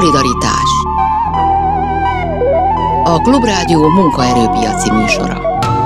Szolidaritás. A Klubrádió munkaerőpiaci műsora.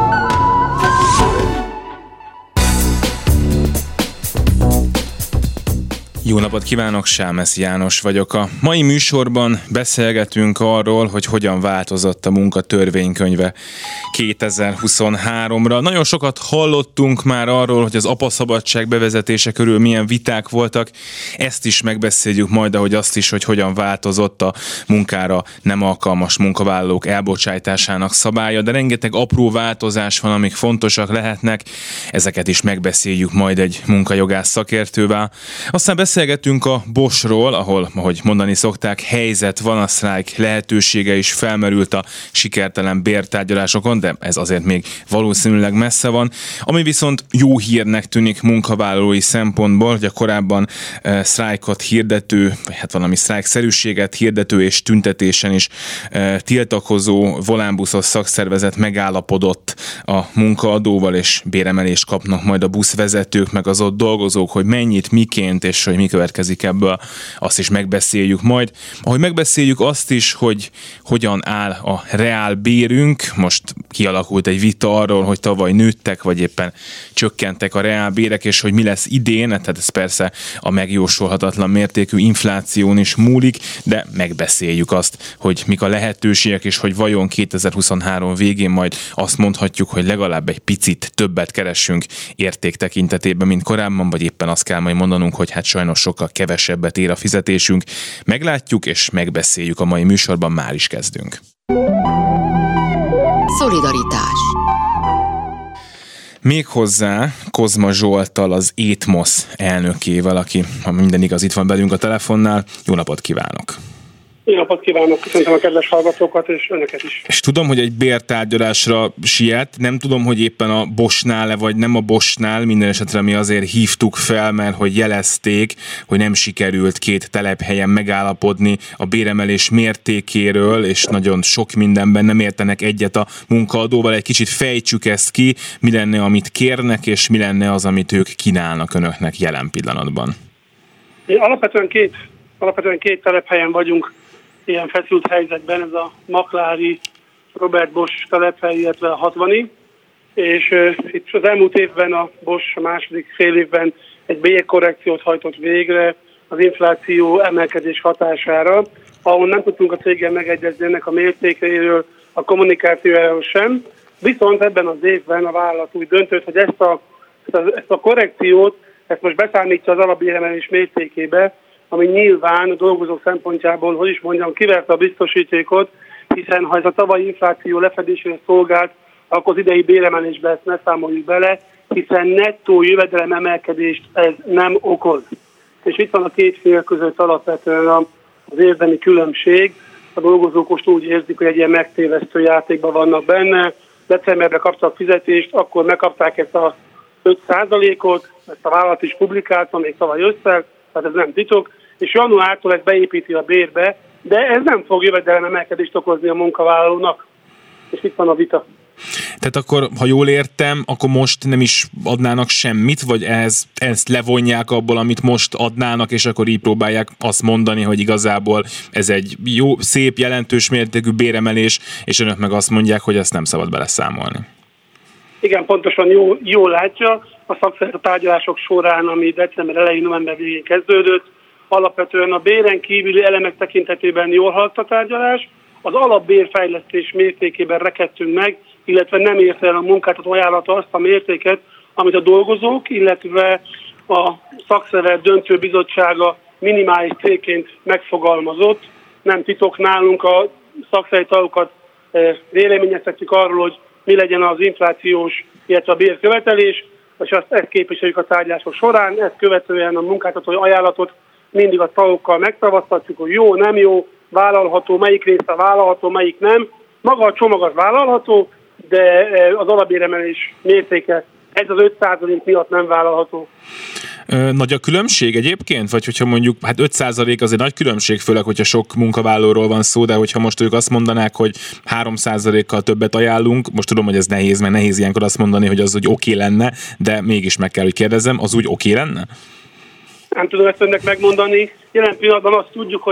Jó napot kívánok, Sámesz János vagyok. A mai műsorban beszélgetünk arról, hogy hogyan változott a munka törvénykönyve 2023-ra. Nagyon sokat hallottunk már arról, hogy az apaszabadság bevezetése körül milyen viták voltak. Ezt is megbeszéljük majd, ahogy azt is, hogy hogyan változott a munkára nem alkalmas munkavállalók elbocsájtásának szabálya, de rengeteg apró változás van, amik fontosak lehetnek. Ezeket is megbeszéljük majd egy munkajogász szakértővel. Aztán beszélgetünk a Boschról, ahol, ahogy mondani szokták, helyzet van, a sztrájk lehetősége is felmerült a sikertelen bértárgyalásokon, de ez azért még valószínűleg messze van. Ami viszont jó hírnek tűnik munkavállalói szempontból, hogy a korábban sztrájkot hirdető, vagy hát valami sztrájkszerűséget hirdető és tüntetésen is tiltakozó volánbuszos szakszervezet megállapodott a munkaadóval, és béremelést kapnak majd a buszvezetők, meg az ott dolgozók, hogy mennyit, miként, és hogy mi következik ebből, azt is megbeszéljük majd. Ahogy megbeszéljük azt is, hogy hogyan áll a reál bérünk, most kialakult egy vita arról, hogy tavaly nőttek, vagy éppen csökkentek a reál bérek, és hogy mi lesz idén, tehát ez persze a megjósolhatatlan mértékű infláción is múlik, de megbeszéljük azt, hogy mik a lehetőségek, és hogy vajon 2023 végén majd azt mondhatjuk, hogy legalább egy picit többet keressünk érték tekintetében, mint korábban, vagy éppen azt kell majd mondanunk, hogy hát sajnos sokkal kevesebbet ér a fizetésünk. Meglátjuk és megbeszéljük a mai műsorban, már is kezdünk. Szolidaritás. Méghozzá Kozma Zsolttal, az Étmosz elnökével, aki, ha minden igaz, itt van velünk a telefonnál. Jó napot kívánok! Jó napot kívánok, köszöntöm a kedves hallgatókat, és önöket is. És tudom, hogy egy bértárgyalásra siet, nem tudom, hogy éppen a Boschnál-e, vagy nem a Boschnál, minden esetre mi azért hívtuk fel, mert hogy jelezték, hogy nem sikerült két telephelyen megállapodni a béremelés mértékéről, és nagyon sok mindenben nem értenek egyet a munkaadóval. Egy kicsit fejtsük ezt ki, mi lenne, amit kérnek, és mi lenne az, amit ők kínálnak önöknek jelen pillanatban. Alapvetően két telephelyen vagyunk ilyen feszült helyzetben, ez a Maklári, Robert Bosch telephely, illetve a 60-i, és itt az elmúlt évben a Bosch a második fél évben egy bérkorrekciót hajtott végre az infláció emelkedés hatására, ahol nem tudtunk a céggel megegyezni ennek a mértékéről, a kommunikációjáról sem, viszont ebben az évben a vállalat úgy döntött, hogy ezt a korrekciót, ezt most beszámítja az alapbéremelés mértékébe, ami nyilván a dolgozók szempontjából, kiverte a biztosítékot, hiszen ha ez a tavalyi infláció lefedésére szolgált, akkor az idei béremelésbe ezt ne számoljuk bele, hiszen nettó jövedelem emelkedést ez nem okoz. És itt van a két fél között alapvetően az érdemi különbség. A dolgozók most úgy érzik, hogy egy ilyen megtévesztő játékban vannak benne. Decemberben kaptak fizetést, akkor megkapták ezt a 5%-ot, ezt a vállalat is publikálta még tavaly ősszel, tehát ez nem titok, és januártól ez beépíti a bérbe, de ez nem fog jövedelememelkedést okozni a munkavállalónak. És itt van a vita. Tehát akkor, ha jól értem, akkor most nem is adnának semmit, vagy ezt levonják abból, amit most adnának, és akkor így próbálják azt mondani, hogy igazából ez egy jó, szép, jelentős mértékű béremelés, és önök meg azt mondják, hogy ezt nem szabad beleszámolni. Igen, pontosan jól látja. A szakszervezeti tárgyalások során, ami december elején, november végén kezdődött, alapvetően a béren kívüli elemek tekintetében jól haladt a tárgyalás, az alapbérfejlesztés mértékében rekedtünk meg, illetve nem érte el a munkáltató ajánlata azt a mértéket, amit a dolgozók, illetve a szakszervezet döntőbizottsága minimális célként megfogalmazott. Nem titok, nálunk a szakszervezeti tagokat véleményeztetjük arról, hogy mi legyen az inflációs, illetve a bérkövetelés, és ezt képviseljük a tárgyalások során, ezt követően a munkáltatói ajánlatot mindig a tagokkal megtavasztatjuk, hogy jó, nem jó, vállalható, melyik része vállalható, melyik nem. Maga a csomag az vállalható, de az alapbéremelés mértéke ez az 5% miatt nem vállalható. Nagy a különbség egyébként? Vagy hogyha mondjuk, hát 5% azért nagy különbség, főleg, hogyha sok munkavállalóról van szó, de hogyha most ők azt mondanák, hogy 3%-kal többet ajánlunk, most tudom, hogy ez nehéz, mert nehéz ilyenkor azt mondani, hogy az úgy oké lenne, de mégis meg kell, hogy kérdezzem, az úgy oké lenne? Nem tudom ezt önnek megmondani. Jelen pillanatban azt tudjuk, hogy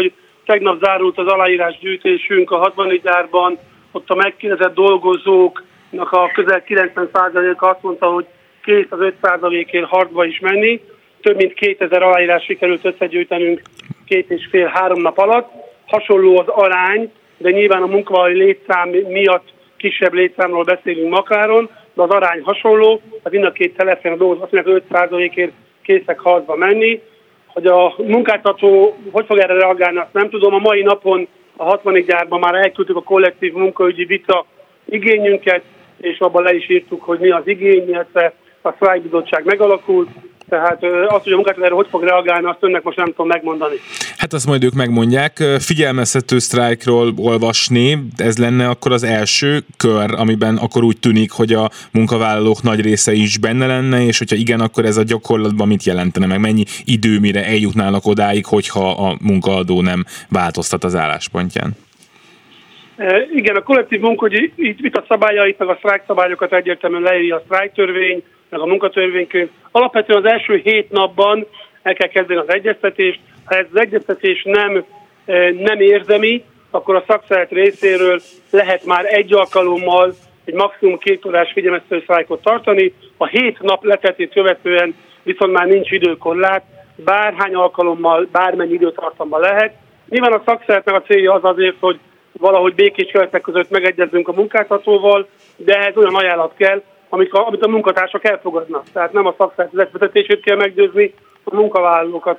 Tegnap zárult az aláírásgyűjtésünk a 60 gyárban, ott a megkérdezett dolgozóknak a közel 90%-a azt mondta, hogy kész az 5%-ért harcba is menni. Több mint 2000 aláírás sikerült összegyűjtenünk 2,5-3 nap alatt. Hasonló az arány, de nyilván a munkavállalói létszám miatt kisebb létszámról beszélünk Makláron, de az arány hasonló, az mind a két telefon a dolgozók 5%-ért készek harcba menni. Hogy a munkáltató hogy fog erre reagálni, azt nem tudom. A mai napon a 60 gyárban már elküldtük a kollektív munkaügyi vita igényünket, és abban le is írtuk, hogy mi az igény, illetve a sztrájkbizottság megalakult. Tehát azt, hogy a munkáltató erre hogy fog reagálni, azt önnek most nem tudom megmondani. Hát azt majd ők megmondják. Figyelmeztető sztrájkról olvasni, ez lenne akkor az első kör, amiben akkor úgy tűnik, hogy a munkavállalók nagy része is benne lenne, és hogyha igen, akkor ez a gyakorlatban mit jelentene, meg mennyi idő, mire eljutnának odáig, hogyha a munkaadó nem változtat az álláspontján? Igen, a kollektív munkaügyi vita szabályait, meg a sztrájkszabályokat egyértelműen leírja a sztrájktörvény, meg a munkatörvénykönyv. Alapvetően az első 7 napban el kell kezdeni az egyeztetést. Ha ez az egyeztetés nem érdemi, akkor a szakszervezet részéről lehet már egy alkalommal egy maximum 2 órás figyelmeztető sztrájkot tartani. A 7 nap letetét követően viszont már nincs időkorlát, bárhány alkalommal, bármennyi időtartamban lehet. Nyilván a szakszervezetnek a célja az azért, hogy valahogy békés keretek között megegyezzünk a munkáltatóval, de ehhez olyan ajánlat kell, amit a munkatársak elfogadnak. Tehát nem a szakszervezet vezetését kell meggyőzni, a munkavállalókat.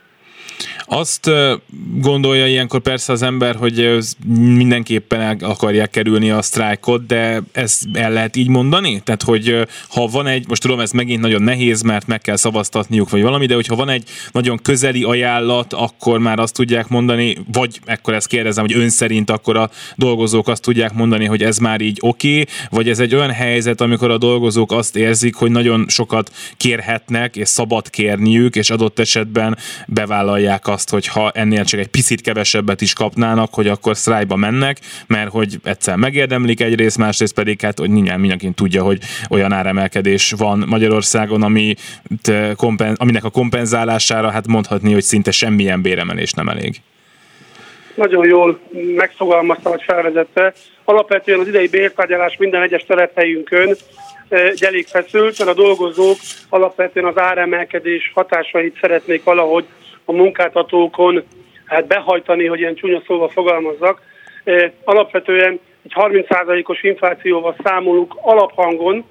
Azt gondolja ilyenkor persze az ember, hogy mindenképpen el akarják kerülni a sztrájkot, de ezt el lehet így mondani? Tehát, hogy ha van egy, most tudom, ez megint nagyon nehéz, mert meg kell szavaztatniuk, vagy valami, de hogyha van egy nagyon közeli ajánlat, akkor már azt tudják mondani, vagy ekkor ezt kérdezem, hogy ön szerint akkor a dolgozók azt tudják mondani, hogy ez már így oké, vagy ez egy olyan helyzet, amikor a dolgozók azt érzik, hogy nagyon sokat kérhetnek, és szabad kérniük, és adott esetben bevállalják azt, hogy ha ennél csak egy picit kevesebbet is kapnának, hogy akkor sztrájkba mennek, mert hogy egyszer megérdemlik egyrészt, másrészt pedig hát, hogy mindenki tudja, hogy olyan áremelkedés van Magyarországon, aminek a kompenzálására hát mondhatni, hogy szinte semmilyen béremelés nem elég. Nagyon jól megfogalmazta, vagy felvezette. Alapvetően az idei bértárgyalás minden egyes telephelyünkön elég feszült, mert a dolgozók alapvetően az áremelkedés hatásait szeretnék valahogy a munkáltatókon behajtani, hogy ilyen csúnya szóval fogalmazzak. Alapvetően egy 30%-os inflációval számolunk alaphangon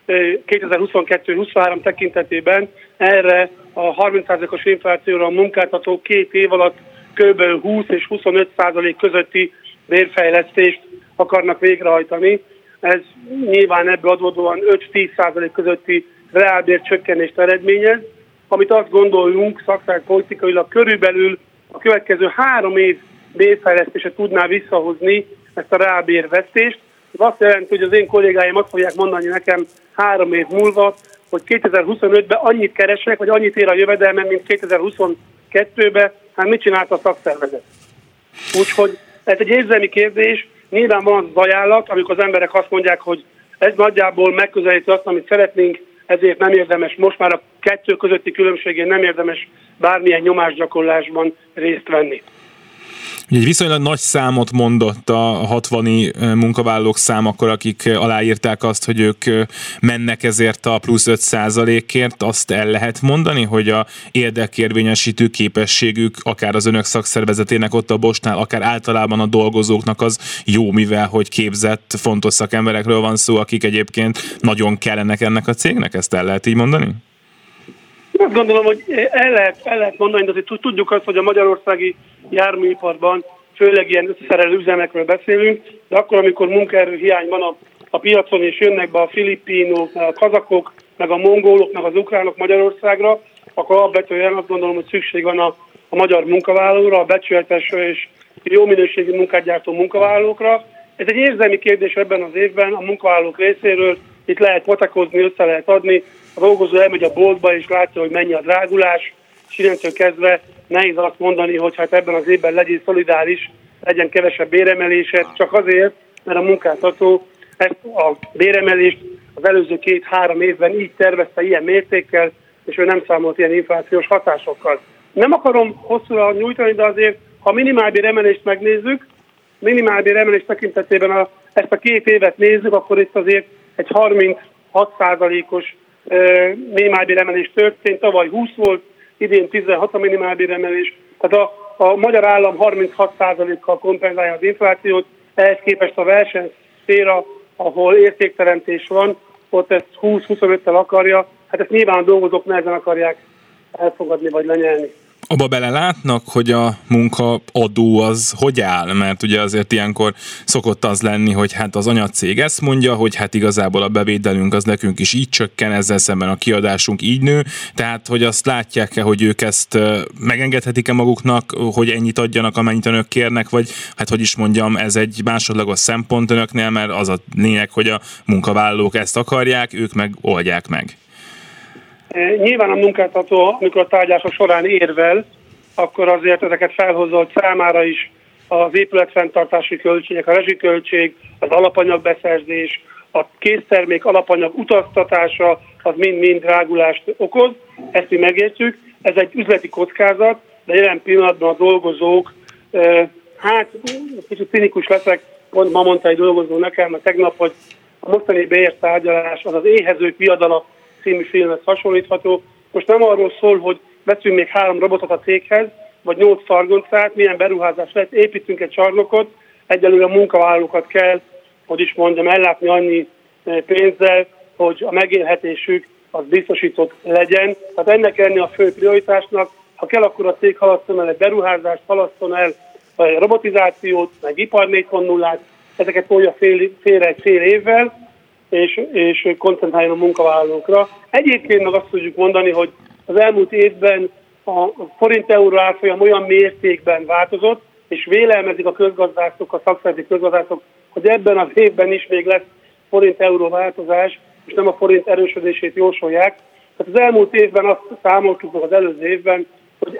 2022-23 tekintetében. Erre a 30%-os inflációra a munkáltatók 2 év alatt kb. 20 és 25% közötti bérfejlesztést akarnak végrehajtani. Ez nyilván ebből adódóan 5-10% közötti reálbércsökkenést eredményez, amit azt gondoljunk szakpolitikailag körülbelül a következő 3 év bérfejlesztése tudná visszahozni ezt a reálbérvesztést. Ez azt jelenti, hogy az én kollégáim azt fogják mondani nekem 3 év múlva, hogy 2025-ben annyit keresnek, vagy annyit ér a jövedelmem, mint 2022-ben, hát mit csinált a szakszervezet? Úgyhogy ez egy érzelmi kérdés, nyilván van az ajánlat, amikor az emberek azt mondják, hogy ez nagyjából megközelíti azt, amit szeretnénk, ezért nem érdemes, most már a 2 közötti különbségén nem érdemes bármilyen nyomásgyakorlásban részt venni. Egy viszonylag nagy számot mondott a 60 munkavállalók szám akkor, akik aláírták azt, hogy ők mennek ezért a plusz 5%-ért. Azt el lehet mondani, hogy a érdekérvényesítő képességük akár az önök szakszervezetének ott a Boschnál, akár általában a dolgozóknak az jó, mivel hogy képzett, fontos szakemberekről van szó, akik egyébként nagyon kellenek ennek a cégnek? Ezt el lehet így mondani? Azt gondolom, hogy el lehet mondani, de azért tudjuk azt, hogy a magyarországi járműiparban főleg ilyen összeszerelő üzemekről beszélünk, de akkor, amikor munkaerő hiány van a piacon, és jönnek be a filipinok, a kazakok, meg a mongolok, meg az ukránok Magyarországra, akkor alapvetően azt gondolom, hogy szükség van a magyar munkavállalóra, a becsületes és jó minőségű munkát gyártó munkavállalókra. Ez egy érzelmi kérdés ebben az évben a munkavállalók részéről, itt lehet potakozni, össze lehet adni, a dolgozó elmegy a boltba és látja, hogy mennyi a drágulás, és innentől kezdve nehéz azt mondani, hogy hát ebben az évben legyen szolidáris, legyen kevesebb béremelésed, csak azért, mert a munkáltató ezt a béremelést az előző 2-3 évben így tervezte, ilyen mértékkel, és ő nem számolt ilyen inflációs hatásokkal. Nem akarom hosszúra nyújtani, de azért Ha a minimálbér emelést megnézzük, minimálbér emelés tekintetében ezt a 2 évet nézzük, akkor itt azért egy 36%-os minimálbér emelés történt, tavaly 20 volt, idén 16 a minimálbér emelés, tehát a magyar állam 36%-kal kompenzálja az inflációt, ehhez képest a versenyszféra, ahol értékteremtés van, ott ezt 20-25-tel akarja, hát ezt nyilván a dolgozók nehezen akarják elfogadni vagy lenyelni. Abba belelátnak, hogy a munkaadó az hogy áll? Mert ugye azért ilyenkor szokott az lenni, hogy hát az anyacég ezt mondja, hogy hát igazából a bevételünk az nekünk is így csökken, ezzel szemben a kiadásunk így nő, tehát hogy azt látják-e, hogy ők ezt megengedhetik-e maguknak, hogy ennyit adjanak, amennyit önök kérnek, vagy hát hogy is mondjam, ez egy másodlagos szempont önöknél, mert az a lényeg, hogy a munkavállalók ezt akarják, ők meg oldják meg. Nyilván a munkáltató, amikor a tárgyalások során érvel, akkor azért ezeket felhozza, hogy számára is az épületfenntartási költségek, a rezsiköltség, az alapanyagbeszerzés, a késztermék alapanyag utaztatása, az mind-mind drágulást okoz. Ezt mi megértjük. Ez egy üzleti kockázat, de jelen pillanatban a dolgozók, hát kicsit cinikus leszek, pont ma mondta egy dolgozó nekem, mert tegnap, hogy a mostani bértárgyalás az az Éhezők viadala című filmhez hasonlítható. Most nem arról szól, hogy veszünk még 3 robotot a céghez, vagy 8 szargoncát, milyen beruházás lesz, építünk egy csarnokot, egyelőre a munkavállalókat kell, hogy is mondjam, ellátni annyi pénzzel, hogy a megélhetésük az biztosított legyen. Tehát ennek lenni a fő prioritásnak. Ha kell, akkor a cég halasszon el egy beruházást, halasszon el egy robotizációt, meg ipar 4.0-át, ezeket tolja félre egy fél évvel, és koncentráljon a munkavállalókra. Egyébként meg azt tudjuk mondani, hogy az elmúlt évben a forint-euró árfolyam olyan mértékben változott, és vélelmezik a közgazdászok, a szakszervezeti közgazdászok, hogy ebben az évben is még lesz forint-euró változás, és nem a forint erősödését jósolják. Tehát az elmúlt évben azt számoltuk meg az előző évben, hogy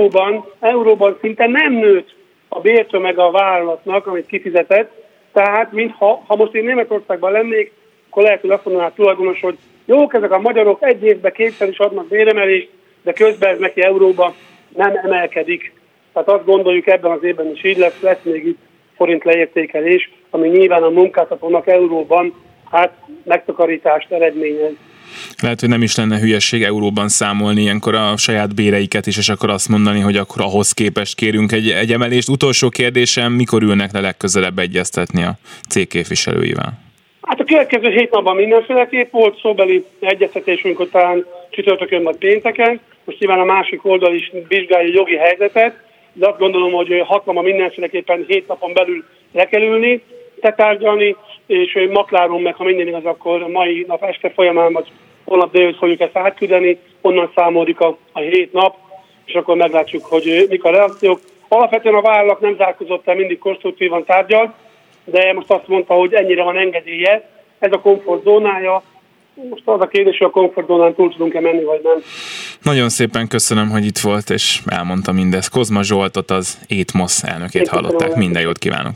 euróban szinte nem nőtt a bértömeg a vállalatnak, amit kifizetett. Tehát, ha most én Németországban lennék, akkor lehet, hogy azt mondaná a tulajdonos, hogy jók ezek a magyarok, egy évben 2-szer is adnak béremelést, de közben ez neki euróban nem emelkedik. Tehát azt gondoljuk, ebben az évben is így lesz még itt forint leértékelés, ami nyilván a munkáltatónak euróban megtakarítást eredményez. Lehet, hogy nem is lenne hülyesség euróban számolni ilyenkor a saját béreiket is, és akkor azt mondani, hogy akkor ahhoz képest kérünk egy emelést. Utolsó kérdésem, mikor ülnek le legközelebb egyeztetni a cég képviselőivel? Hát a következő 7 napban mindenféleképp volt szóbeli egyeztetésünk, hogy talán csütörtökön vagy pénteken. Most nyilván a másik oldal is vizsgálja a jogi helyzetet, de azt gondolom, hogy 6 napban mindenféleképpen 7 napon belül le kell ülni, tárgyalni, és Makláron meg, ha minden igaz, akkor mai nap este folyamán, vagy holnap délután fogjuk ezt átküldeni, onnan számoljuk a 7 nap, és akkor meglátjuk, hogy mik a reakciók. Alapvetően a vállalat nem zárkózott el, mindig konstruktívan tárgyalt, de most azt mondta, hogy ennyire van engedélye, ez a komfortzónája. Most az a kérdés, hogy a komfortzónán túl tudunk-e menni, vagy nem. Nagyon szépen köszönöm, hogy itt volt, és elmondta mindezt. Kozma Zsoltot, az ETMOS elnökét hallották. Minden jót kívánok!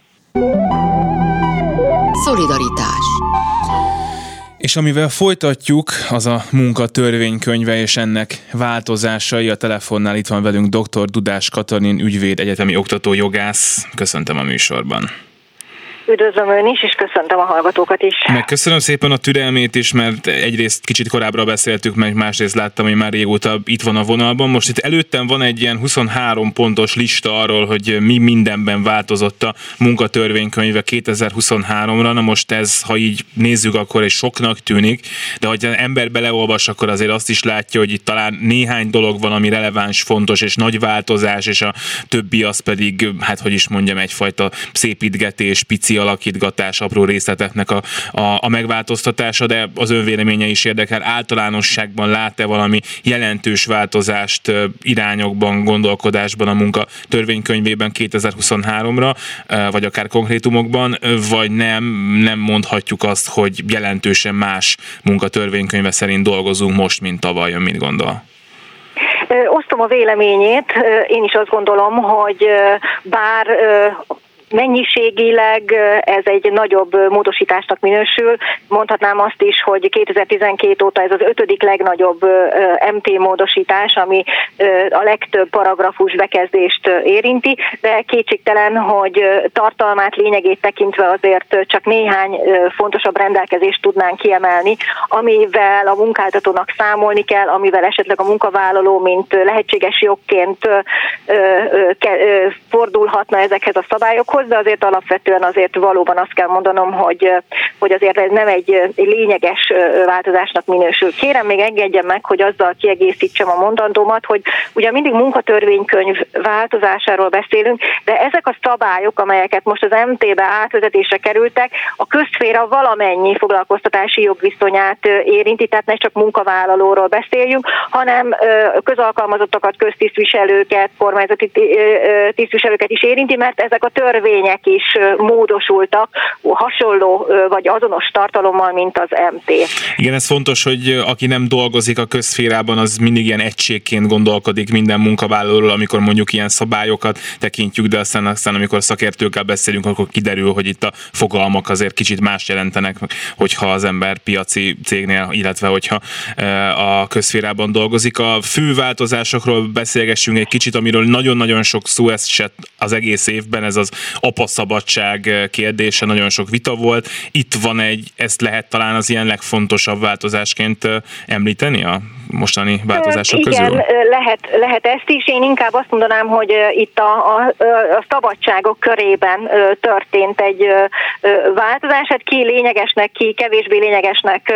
Szolidaritás. És amivel folytatjuk, az a munkatörvénykönyve és ennek változásai. A telefonnál itt van velünk dr. Dudás Katalin, ügyvéd, egyetemi oktató, jogász. Köszöntöm a műsorban. Üdvözlöm ön is, és köszöntöm a hallgatókat is. Megköszönöm szépen a türelmét is, mert egyrészt kicsit korábbra beszéltük, meg másrészt láttam, hogy már régóta itt van a vonalban. Most itt előttem van egy ilyen 23 pontos lista arról, hogy mi mindenben változott a munkatörvénykönyve 2023-ra. Na most ez, ha így nézzük, akkor egy soknak tűnik, de ha az ember beleolvas, akkor azért azt is látja, hogy itt talán néhány dolog van, ami releváns, fontos és nagy változás, és a többi az pedig, hát hogy is mondjam, egyfajta szépítgetés, pici alakítgatás, apró részleteknek a megváltoztatása, de az ön véleménye is érdekel. Általánosságban lát-e valami jelentős változást irányokban, gondolkodásban a munka törvénykönyvében 2023-ra, vagy akár konkrétumokban, vagy nem mondhatjuk azt, hogy jelentősen más munkatörvénykönyve szerint dolgozunk most, mint tavaly, ön mit gondol? Osztom a véleményét, én is azt gondolom, hogy bár Mennyiségileg ez egy nagyobb módosításnak minősül. Mondhatnám azt is, hogy 2012 óta ez az 5. legnagyobb MT módosítás, ami a legtöbb paragrafus bekezdést érinti, de kétségtelen, hogy tartalmát, lényegét tekintve azért csak néhány fontosabb rendelkezést tudnánk kiemelni, amivel a munkáltatónak számolni kell, amivel esetleg a munkavállaló, mint lehetséges jogként fordulhatna ezekhez a szabályokhoz, de azért alapvetően azért valóban azt kell mondanom, hogy azért ez nem egy lényeges változásnak minősül. Kérem, még engedjem meg, hogy azzal kiegészítsem a mondandómat, hogy ugye mindig munkatörvénykönyv változásáról beszélünk, de ezek a szabályok, amelyeket most az MT-be átvezetésre kerültek, a közszféra valamennyi foglalkoztatási jogviszonyát érinti, tehát ne csak munkavállalóról beszéljünk, hanem közalkalmazottakat, köztisztviselőket, kormányzati tisztviselőket is érinti, mert ezek a törvények is módosultak hasonló vagy azonos tartalommal, mint az MT. Igen, ez fontos, hogy aki nem dolgozik a közszférában, az mindig ilyen egységként gondolkodik minden munkavállalóról, amikor mondjuk ilyen szabályokat tekintjük, de aztán amikor szakértőkkel beszélünk, akkor kiderül, hogy itt a fogalmak azért kicsit más jelentenek, hogyha az ember piaci cégnél, illetve hogyha a közszférában dolgozik. A fő változásokról beszélgessünk egy kicsit, amiről nagyon-nagyon sok szó esett az egész évben, ez az apaszabadság kérdése, nagyon sok vita volt. Itt van ezt lehet talán az ilyen legfontosabb változásként említeni a mostani változások közül? Igen, lehet ezt is. Én inkább azt mondanám, hogy itt a szabadságok körében történt egy változás, hát ki lényegesnek, ki kevésbé lényegesnek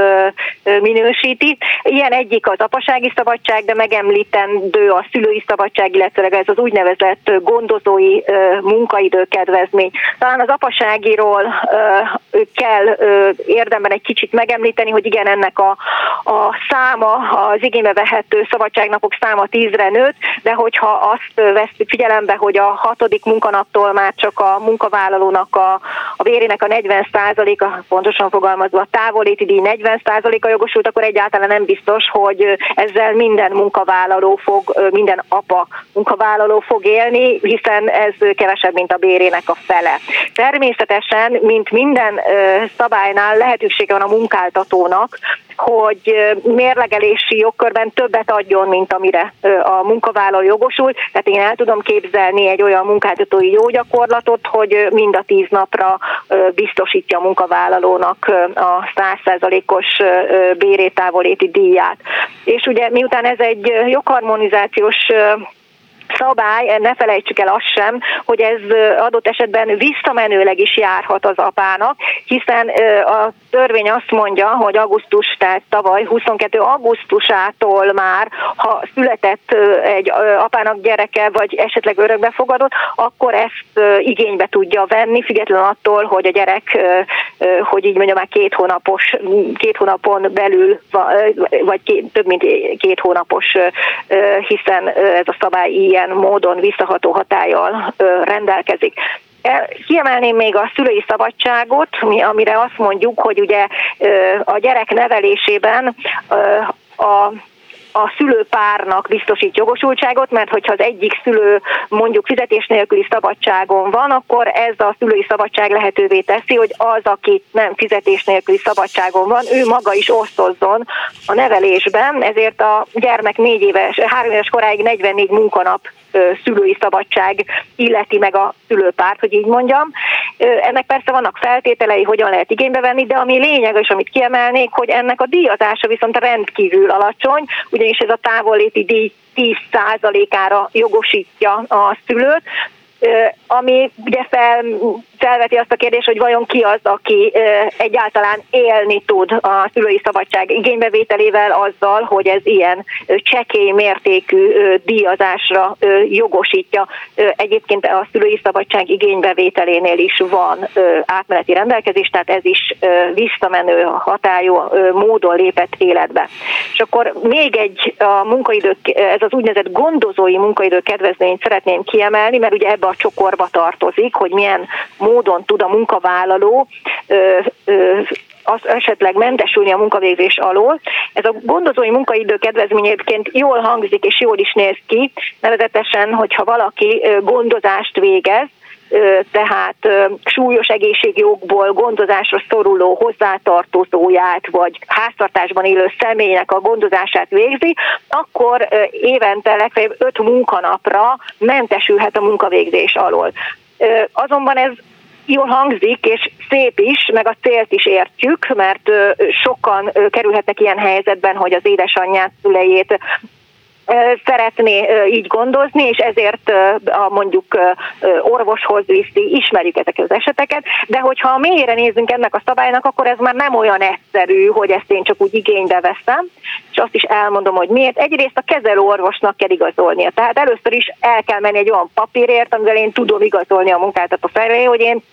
minősíti. Ilyen egyik az apasági szabadság, de megemlítendő a szülői szabadság, illetve ez az úgynevezett gondozói munkaidőkedvezmény. Talán az apaságiról kell érdemben egy kicsit megemlíteni, hogy igen, ennek a száma, az igénybe vehető szabadságnapok száma 10-re nőtt, de hogyha azt veszük figyelembe, hogy a 6. munkanaptól már csak a munkavállalónak a bérének a 40%-a, pontosan fogalmazva a távolléti díj 40%-a jogosult, akkor egyáltalán nem biztos, hogy ezzel minden munkavállaló minden apa munkavállaló fog élni, hiszen ez kevesebb, mint a bérének a fele. Természetesen, mint minden szabálynál lehetősége van a munkáltatónak, hogy mérlegelési jogkörben többet adjon, mint amire a munkavállaló jogosult. Tehát én el tudom képzelni egy olyan munkáltatói jó gyakorlatot, hogy mind a 10 napra biztosítja a munkavállalónak a 100%-os bérétávoléti díját. És ugye miután ez egy jogharmonizációs szabály, ne felejtsük el azt sem, hogy ez adott esetben visszamenőleg is járhat az apának, hiszen a törvény azt mondja, hogy tehát tavaly 22. augusztusától már, ha született egy apának gyereke, vagy esetleg örökbefogadott, akkor ezt igénybe tudja venni, függetlenül attól, hogy a gyerek, hogy így mondjam, már 2 hónapon belül, vagy több mint 2 hónapos, hiszen ez a szabály ilyen módon visszaható hatállyal rendelkezik. Kiemelném még a szülői szabadságot, amire azt mondjuk, hogy ugye a gyerek nevelésében a szülőpárnak biztosít jogosultságot, mert hogyha az egyik szülő mondjuk fizetés nélküli szabadságon van, akkor ez a szülői szabadság lehetővé teszi, hogy az, aki nem fizetés nélküli szabadságon van, ő maga is osztozzon a nevelésben, ezért a gyermek 3 éves koráig 44 munkanap szülői szabadság illeti meg a szülőpárt, hogy így mondjam. Ennek persze vannak feltételei, hogyan lehet igénybe venni, de ami lényeges, amit kiemelnék, hogy ennek a díjazása viszont rendkívül alacsony, ugyanis ez a távolléti díj 10%-ára jogosítja a szülőt, ami ugye felveti azt a kérdést, hogy vajon ki az, aki egyáltalán élni tud a szülői szabadság igénybevételével azzal, hogy ez ilyen csekély mértékű díjazásra jogosítja. Egyébként a szülői szabadság igénybevételénél is van átmeneti rendelkezés, tehát ez is visszamenő hatályú módon lépett életbe. És akkor még egy ez az úgynevezett gondozói munkaidő kedvezményt szeretném kiemelni, mert ugye ebbe a csokorba tartozik, hogy milyen módon tud a munkavállaló az esetleg mentesülni a munkavégzés alól. Ez a gondozói munkaidő kedvezményként jól hangzik és jól is néz ki, nevezetesen, hogyha valaki gondozást végez, tehát súlyos egészségi okból gondozásra szoruló hozzátartozóját, vagy háztartásban élő személynek a gondozását végzi, akkor évente legfeljebb 5 munkanapra mentesülhet a munkavégzés alól. Azonban ez jól hangzik, és szép is, meg a célt is értjük, mert sokan kerülhetnek ilyen helyzetben, hogy az édesanyját, szüleit szeretné így gondozni, és ezért mondjuk orvoshoz viszi, ismerjük ezeket az eseteket, de hogyha a mélyére nézzünk ennek a szabálynak, akkor ez már nem olyan egyszerű, hogy ezt én csak úgy igénybe veszem, és azt is elmondom, hogy miért. Egyrészt a kezelő orvosnak kell igazolnia, tehát először is el kell menni egy olyan papírért, amivel én tudom igazolni a munkáltató felé, hogy én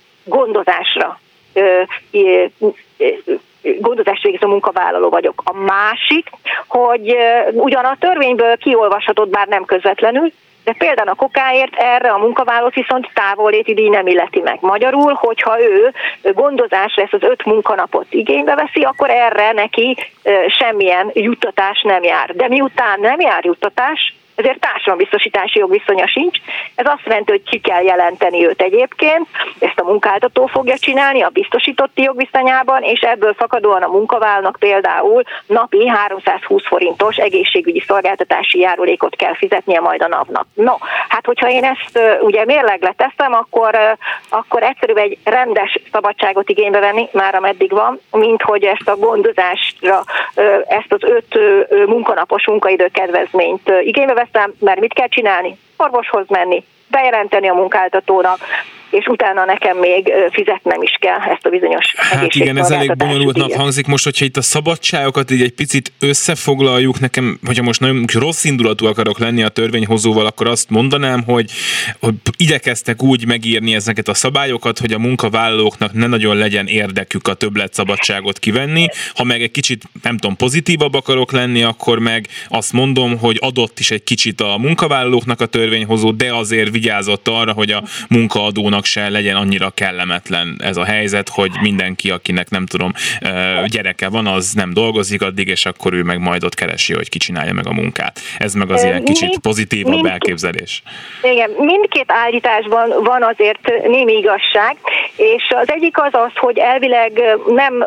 gondozást végző munkavállaló vagyok. A másik, hogy ugyan a törvényből kiolvashatod, bár nem közvetlenül, de például a kokáért erre a munkavállalót viszont távolléti díj nem illeti meg. Magyarul, hogyha ő gondozásra ezt az 5 munkanapot igénybe veszi, akkor erre neki semmilyen juttatás nem jár. De miután nem jár juttatás, ezért társadalombiztosítási jogviszonya sincs. Ez azt jelenti, hogy ki kell jelenteni őt egyébként, ezt a munkáltató fogja csinálni a biztosítotti jogviszonyában, és ebből fakadóan a munkavállalónak például napi 320 forintos egészségügyi szolgáltatási járulékot kell fizetnie majd a NAV-nak. No, hát hogyha én ezt ugye mérlegre teszem, akkor egyszerűbb egy rendes szabadságot igénybe venni, már ameddig van, mint hogy ezt a gondozásra, ezt az 5 munkanapos munkaidőkedvezményt igénybe veszem, mert mit kell csinálni? Orvoshoz menni, bejelenteni a munkáltatónak, és utána nekem még fizetnem is kell ezt a bizonyos Hát igen, ez elég bonyolultnak hangzik. Most, hogyha itt a szabadságokat így egy picit összefoglaljuk, nekem, hogyha most nagyon rossz indulatú akarok lenni a törvényhozóval, akkor azt mondanám, hogy igyekeztek úgy megírni ezeket a szabályokat, hogy a munkavállalóknak ne nagyon legyen érdekük a többletszabadságot kivenni. Ha meg egy kicsit, nem tudom, pozitívabb akarok lenni, akkor meg azt mondom, hogy adott is egy kicsit a munkavállalóknak a törvényhozó, de azért vigyázott arra, hogy a munkaadónak se legyen annyira kellemetlen ez a helyzet, hogy mindenki, akinek nem tudom, gyereke van, az nem dolgozik addig, és akkor ő meg majd ott keresi, hogy ki csinálja meg a munkát. Ez meg az ilyen kicsit pozitívabb elképzelés. Igen, mindkét állításban van azért némi igazság, és az egyik az, hogy elvileg nem,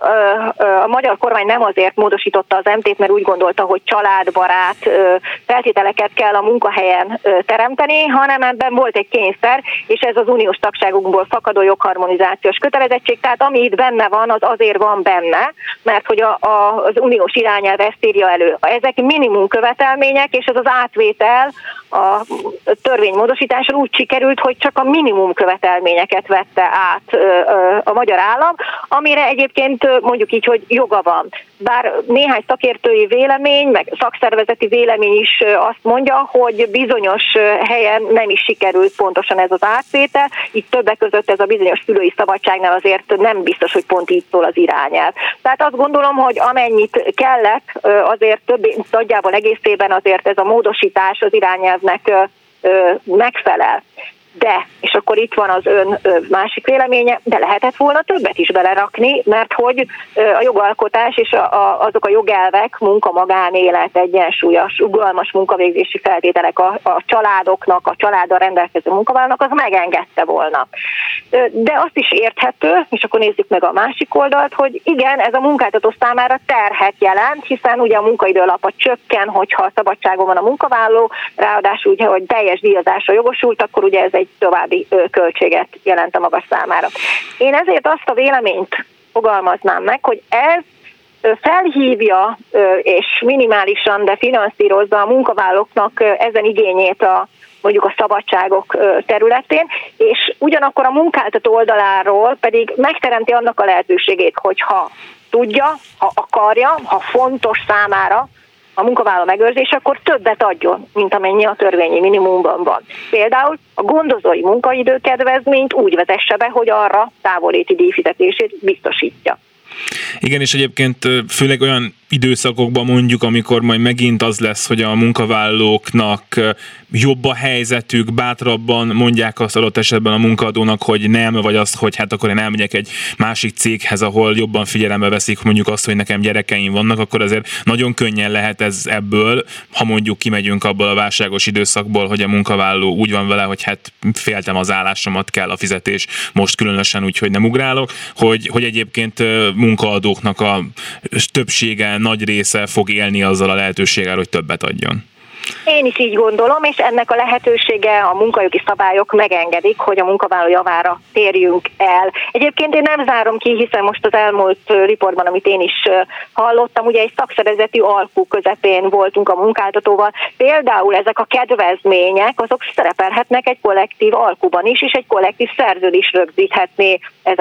a magyar kormány nem azért módosította az MT-t, mert úgy gondolta, hogy családbarát feltételeket kell a munkahelyen teremteni, hanem ebben volt egy kényszer, és ez az uniós tagságunkból fakadó jogharmonizációs kötelezettség, tehát ami itt benne van, az azért van benne, mert hogy az uniós irányelv ezt írja elő. Ezek minimum követelmények, és ez az átvétel a törvénymódosításon úgy sikerült, hogy csak a minimum követelményeket vette át a magyar állam, amire egyébként mondjuk így, hogy joga van. Bár néhány szakértői vélemény, meg szakszervezeti vélemény is azt mondja, hogy bizonyos helyen nem is sikerült pontosan ez az átvétel, itt többek között ez a bizonyos szülői szabadságnál azért nem biztos, hogy pont így szól az irányelv. Tehát azt gondolom, hogy amennyit kellett, azért nagyjából egészében azért ez a módosítás az irányelvnek megfelel. De, és akkor itt van az ön másik véleménye, de lehetett volna többet is belerakni, mert hogy a jogalkotás és azok a jogelvek, munka-magánélet, egyensúlyos, rugalmas munkavégzési feltételek a családoknak, a családdal rendelkező munkavállalónak, az megengedte volna. De azt is érthető, és akkor nézzük meg a másik oldalt, hogy igen, ez a munkáltató számára terhet jelent, hiszen ugye a munkaidő alapa csökken, hogyha szabadságon van a munkavállaló, ráadásul ugye, hogy teljes díjazásra jogosult, akkor ugye ez egy további költséget jelent a maga számára. Én ezért azt a véleményt fogalmaznám meg, hogy ez felhívja és minimálisan, de finanszírozza a munkavállalóknak ezen igényét mondjuk a szabadságok területén, és ugyanakkor a munkáltató oldaláról pedig megteremti annak a lehetőségét, hogy ha tudja, ha akarja, ha fontos számára a munkavállaló megőrzése, akkor többet adjon, mint amennyi a törvényi minimumban van. Például a gondozói munkaidőkedvezményt úgy vezesse be, hogy arra távolléti díjfizetését biztosítja. Igen, és egyébként főleg olyan időszakokban mondjuk, amikor majd megint az lesz, hogy a munkavállalóknak jobb a helyzetük, bátrabban mondják azt adott esetben a munkaadónak, hogy nem, vagy azt, hogy hát akkor én elmegyek egy másik céghez, ahol jobban figyelembe veszik mondjuk azt, hogy nekem gyerekeim vannak, akkor azért nagyon könnyen lehet ez ebből, ha mondjuk kimegyünk abból a válságos időszakból, hogy a munkavállaló úgy van vele, hogy hát féltem az állásomat, kell a fizetés, most különösen úgy, hogy nem ugrálok, hogy egyébként munkaadóknak a többsége, nagy része fog élni azzal a lehetőséggel, hogy többet adjon. Én is így gondolom, és ennek a lehetősége a munkajogi szabályok megengedik, hogy a munkavállaló javára térjünk el. Egyébként én nem zárom ki, hiszen most az elmúlt riportban, amit én is hallottam, ugye egy szakszervezeti alkú közepén voltunk a munkáltatóval. Például ezek a kedvezmények, azok szerepelhetnek egy kollektív alkuban is, és egy kollektív szerződés rögzíthetné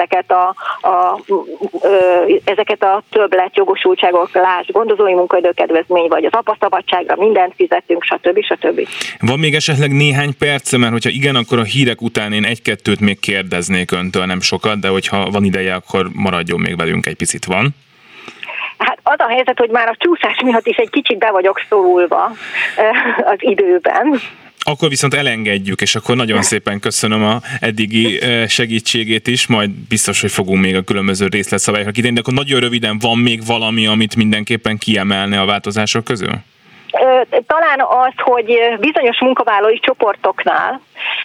ezeket a többletjogosultságok, lásd, gondozói munkaidő kedvezmény, vagy az apaszabadságra mindent fizetünk, stb. Van még esetleg néhány perc, mert hogyha igen, akkor a hírek után én egy-kettőt még kérdeznék öntől, nem sokat, de hogyha van ideje, akkor maradjon még velünk egy picit, van? Hát az a helyzet, hogy már a csúszás miatt is egy kicsit be vagyok szorulva az időben. Akkor viszont elengedjük, és akkor nagyon szépen köszönöm a eddigi segítségét is, majd biztos, hogy fogunk még a különböző részletszabályokra kitérni, de akkor nagyon röviden van még valami, amit mindenképpen kiemelne a változások közül? Talán az, hogy bizonyos munkavállalói csoportoknál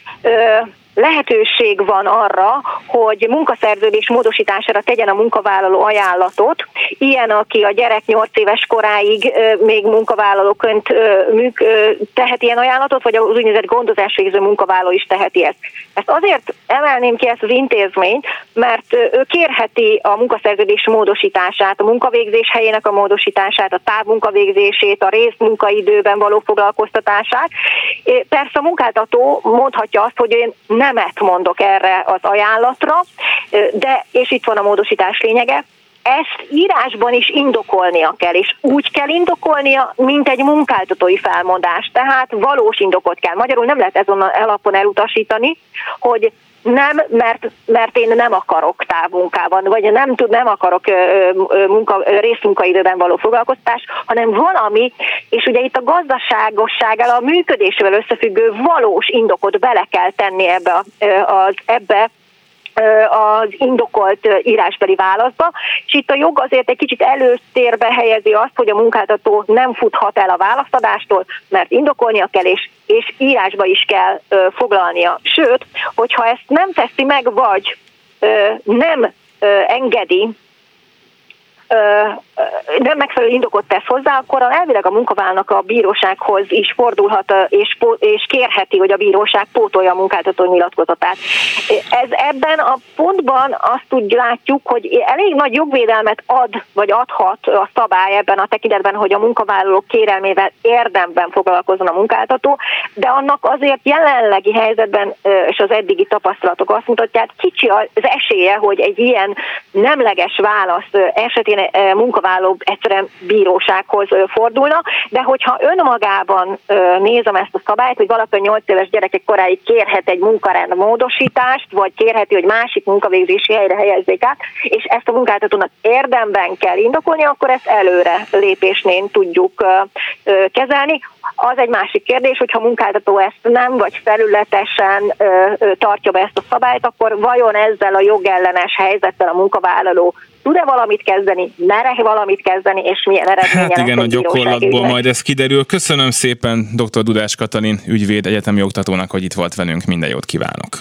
lehetőség van arra, hogy munkaszerződés módosítására tegyen a munkavállaló ajánlatot. Ilyen, aki a gyerek 8 éves koráig még munkavállalóként tehet ilyen ajánlatot, vagy az úgynevezett gondozás végző munkavállaló is teheti ezt. Ezt azért emelném ki ezt az intézményt, mert ő kérheti a munkaszerződés módosítását, a munkavégzés helyének a módosítását, a távmunkavégzését, a részmunkaidőben való foglalkoztatását. Persze a munkáltató mondhatja azt, hogy én nemet mondok erre az ajánlatra, de, és itt van a módosítás lényege, ezt írásban is indokolnia kell, és úgy kell indokolnia, mint egy munkáltatói felmondás. Tehát valós indokot kell. Magyarul nem lehet ezen alapon elutasítani, hogy nem, mert én nem akarok távmunkában, vagy nem akarok részmunkaidőben való foglalkoztatás, hanem valami, és ugye itt a gazdaságossággal, a működésével összefüggő valós indokot bele kell tenni ebbe az indokolt írásbeli válaszba, és itt a jog azért egy kicsit előtérbe helyezi azt, hogy a munkáltató nem futhat el a válaszadástól, mert indokolnia kell, és írásba is kell foglalnia. Sőt, hogyha ezt nem teszi meg, vagy nem engedi, nem megfelelő indokot tesz hozzá, akkor elvileg a munkavállalónak a bírósághoz is fordulhat, és kérheti, hogy a bíróság pótolja a munkáltató nyilatkozatát. Ebben a pontban azt úgy látjuk, hogy elég nagy jogvédelmet ad, vagy adhat a szabály ebben a tekintetben, hogy a munkavállalók kérelmével érdemben foglalkozzon a munkáltató, de annak azért jelenlegi helyzetben, és az eddigi tapasztalatok azt mutatják, kicsi az esélye, hogy egy ilyen nemleges válasz esetén munkavállaló egyszerűen bírósághoz fordulna, de hogyha önmagában nézem ezt a szabályt, hogy valaki 8 éves gyerekek koráig kérhet egy munkarend módosítást, vagy kérheti, hogy másik munkavégzési helyre helyezzék át, és ezt a munkáltatónak érdemben kell indokolni, akkor ezt előre lépésnél tudjuk kezelni. Az egy másik kérdés, hogyha a munkáltató ezt nem, vagy felületesen tartja be ezt a szabályt, akkor vajon ezzel a jogellenes helyzettel a munkavállaló tud-e valamit kezdeni, mere valamit kezdeni, és milyen eredménye lesz? Hát igen, a gyakorlatból majd ez kiderül. Köszönöm szépen dr. Dudás Katalin ügyvéd egyetemi oktatónak, hogy itt volt velünk. Minden jót kívánok!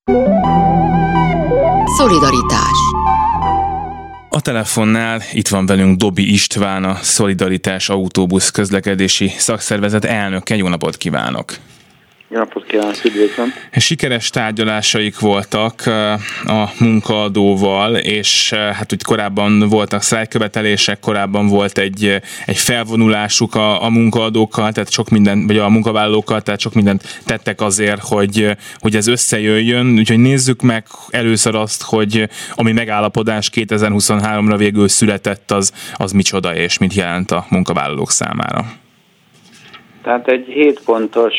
Szolidaritás. A telefonnál itt van velünk Dobi István, a Szolidaritás autóbusz közlekedési szakszervezet elnöke. Jó napot kívánok! Jó napot kívánok, üdvözlöm! Sikeres tárgyalásaik voltak a munkaadóval, és hát úgy korábban voltak sztrájkkövetelések, korábban volt egy felvonulásuk a munkaadókkal, tehát sok mindent, vagy a munkavállalókkal, tehát sok mindent tettek azért, hogy ez összejöjjön. Úgyhogy nézzük meg először azt, hogy ami megállapodás 2023-ra végül született, az micsoda és mit jelent a munkavállalók számára. Tehát egy 7 pontos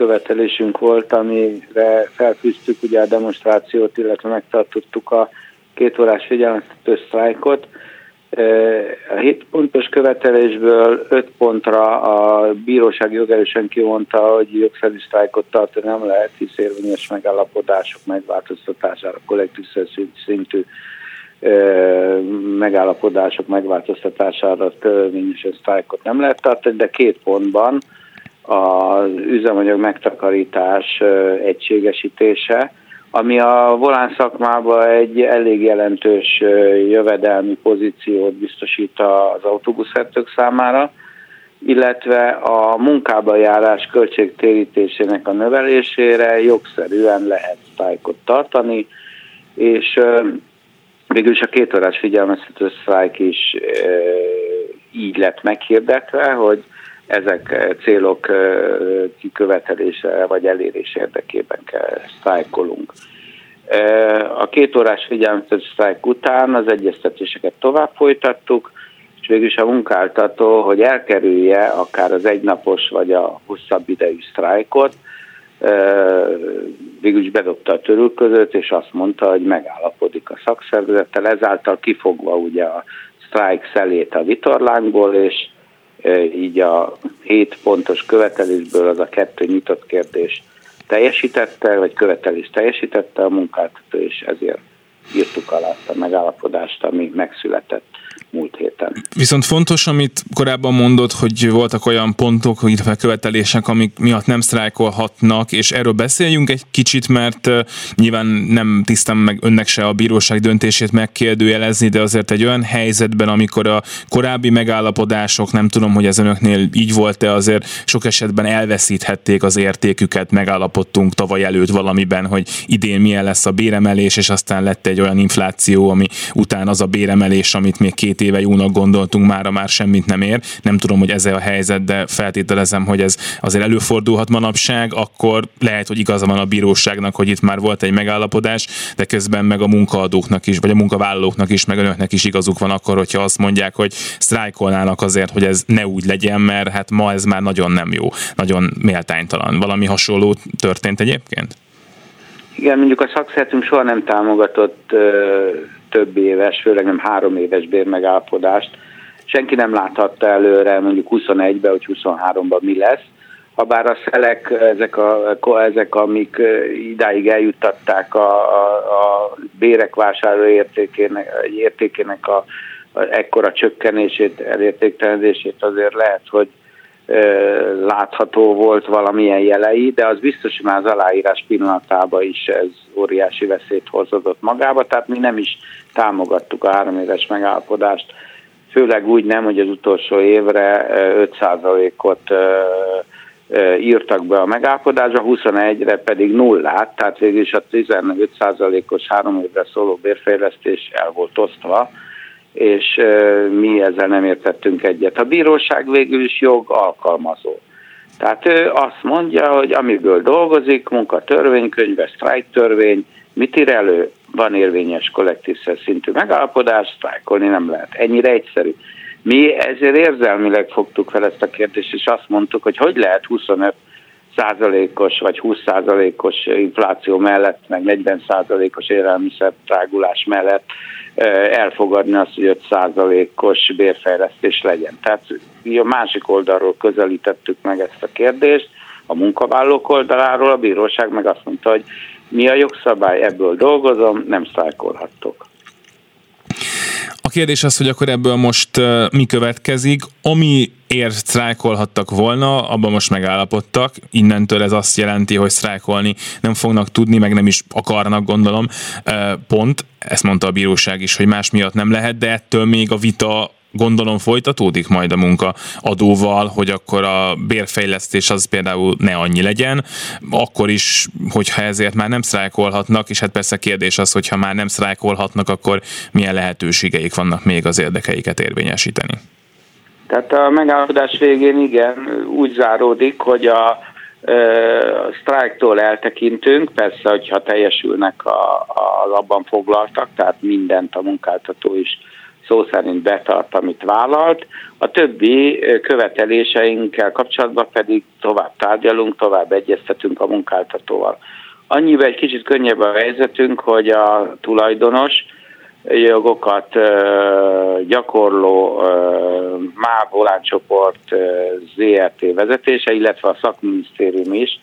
sztrájkkövetelésünk volt, amire felfűztük ugye a demonstrációt, illetve megtartottuk a 2 órás figyelmeztető sztrájkot. A 7 pontos követelésből 5 pontra a bíróság jogerősen kimondta, hogy jogszerű sztrájkot tartani nem lehet, hisz érvényes megállapodások megváltoztatására, kollektív szintű megállapodások megváltoztatására törvényesen sztrájkot nem lehet tartani, de 2 pontban az üzemanyag megtakarítás egységesítése, ami a volán szakmában egy elég jelentős jövedelmi pozíciót biztosít az autóbuszvezetők számára, illetve a munkába járás költségtérítésének a növelésére jogszerűen lehet sztrájkot tartani, és végülis a 2 órás figyelmeztető sztrájk is így lett meghirdetve, hogy ezek célok kikövetelése vagy elérés érdekében sztrájkolunk. A 2 órás figyelmeztető sztrájk után az egyeztetéseket tovább folytattuk, és végülis a munkáltató, hogy elkerülje akár az egynapos vagy a hosszabb idejű sztrájkot, végülis bedobta a törülközőt, és azt mondta, hogy megállapodik a szakszervezettel, ezáltal kifogva ugye a sztrájk szelét a vitorlánkból, és így a 7 pontos követelésből az a 2 nyitott kérdés teljesítette, vagy követelés teljesítette a munkáltató, és ezért írtuk alá a megállapodást, ami megszületett múlt héten. Viszont fontos, amit korábban mondott, hogy voltak olyan pontok, illetve követelések, amik miatt nem sztrájkolhatnak, és erről beszéljünk egy kicsit, mert nyilván nem tisztem meg önnek se a bíróság döntését megkérdőjelezni, de azért egy olyan helyzetben, amikor a korábbi megállapodások, nem tudom, hogy ez önöknél így volt-e, azért sok esetben elveszíthették az értéküket, megállapodtunk tavaly előtt valamiben, hogy idén milyen lesz a béremelés, és aztán lett egy olyan infláció, ami után az a béremelés, amit még 2 éve jónak gondoltunk, már semmit nem ér. Nem tudom, hogy ez a helyzet, de feltételezem, hogy ez azért előfordulhat manapság, akkor lehet, hogy igaza van a bíróságnak, hogy itt már volt egy megállapodás, de közben meg a munkaadóknak is, vagy a munkavállalóknak is, meg önöknek is igazuk van akkor, hogyha azt mondják, hogy sztrájkolnának azért, hogy ez ne úgy legyen, mert hát ma ez már nagyon nem jó, nagyon méltánytalan. Valami hasonló történt egyébként? Igen, mondjuk a szakszervezetünk soha nem támogatott több éves, főleg nem 3 éves bérmegállapodást. Senki nem láthatta előre mondjuk 21-ben vagy 23-ban mi lesz. Habár a szelek, ezek amik idáig eljuttatták a bérek vásárló értékének a ekkora csökkenését, elértéktelenedését, azért lehet, hogy látható volt valamilyen jelei, de az biztos, hogy már az aláírás pillanatában is ez óriási veszélyt hozott magába, tehát mi nem is támogattuk a 3 éves megállapodást, főleg úgy nem, hogy az utolsó évre 5%-ot írtak be a megállapodásba, 21-re pedig 0, tehát végül is a 15%-os 3 évre szóló bérfejlesztés el volt osztva, és mi ezzel nem értettünk egyet. A bíróság végül is jog alkalmazó. Tehát ő azt mondja, hogy amiből dolgozik, munkatörvénykönyve, sztrájktörvény, mit ír elő? Van érvényes kollektív szintű megállapodás, sztrájkolni nem lehet. Ennyire egyszerű. Mi ezért érzelmileg fogtuk fel ezt a kérdést, és azt mondtuk, hogy lehet 25%-os vagy 20%-os infláció mellett, meg 40%-os élelmiszerdrágulás mellett elfogadni azt, hogy 5%-os bérfejlesztés legyen. Tehát a másik oldalról közelítettük meg ezt a kérdést, a munkavállalók oldaláról, a bíróság meg azt mondta, hogy mi a jogszabály, ebből dolgozom, nem sztrájkolhattok. A kérdés az, hogy akkor ebből most mi következik, amiért sztrájkolhattak volna, abban most megállapodtak, innentől ez azt jelenti, hogy sztrájkolni nem fognak tudni, meg nem is akarnak, gondolom, pont, ezt mondta a bíróság is, hogy más miatt nem lehet, de ettől még a vita gondolom folytatódik majd a munkaadóval, hogy akkor a bérfejlesztés az például ne annyi legyen, akkor is, hogyha ezért már nem sztrájkolhatnak, és hát persze kérdés az, hogyha már nem sztrájkolhatnak, akkor milyen lehetőségeik vannak még az érdekeiket érvényesíteni. Tehát a megállapodás végén igen, úgy záródik, hogy a sztrájktól eltekintünk, persze, hogyha teljesülnek az abban foglaltak, tehát mindent a munkáltató is szó szerint betart, amit vállalt. A többi követeléseinkkel kapcsolatban pedig tovább tárgyalunk, tovább egyeztetünk a munkáltatóval. Annyiban egy kicsit könnyebb a helyzetünk, hogy a tulajdonos jogokat gyakorló MÁV Voláncsoport ZRT vezetése, illetve a szakminisztérium is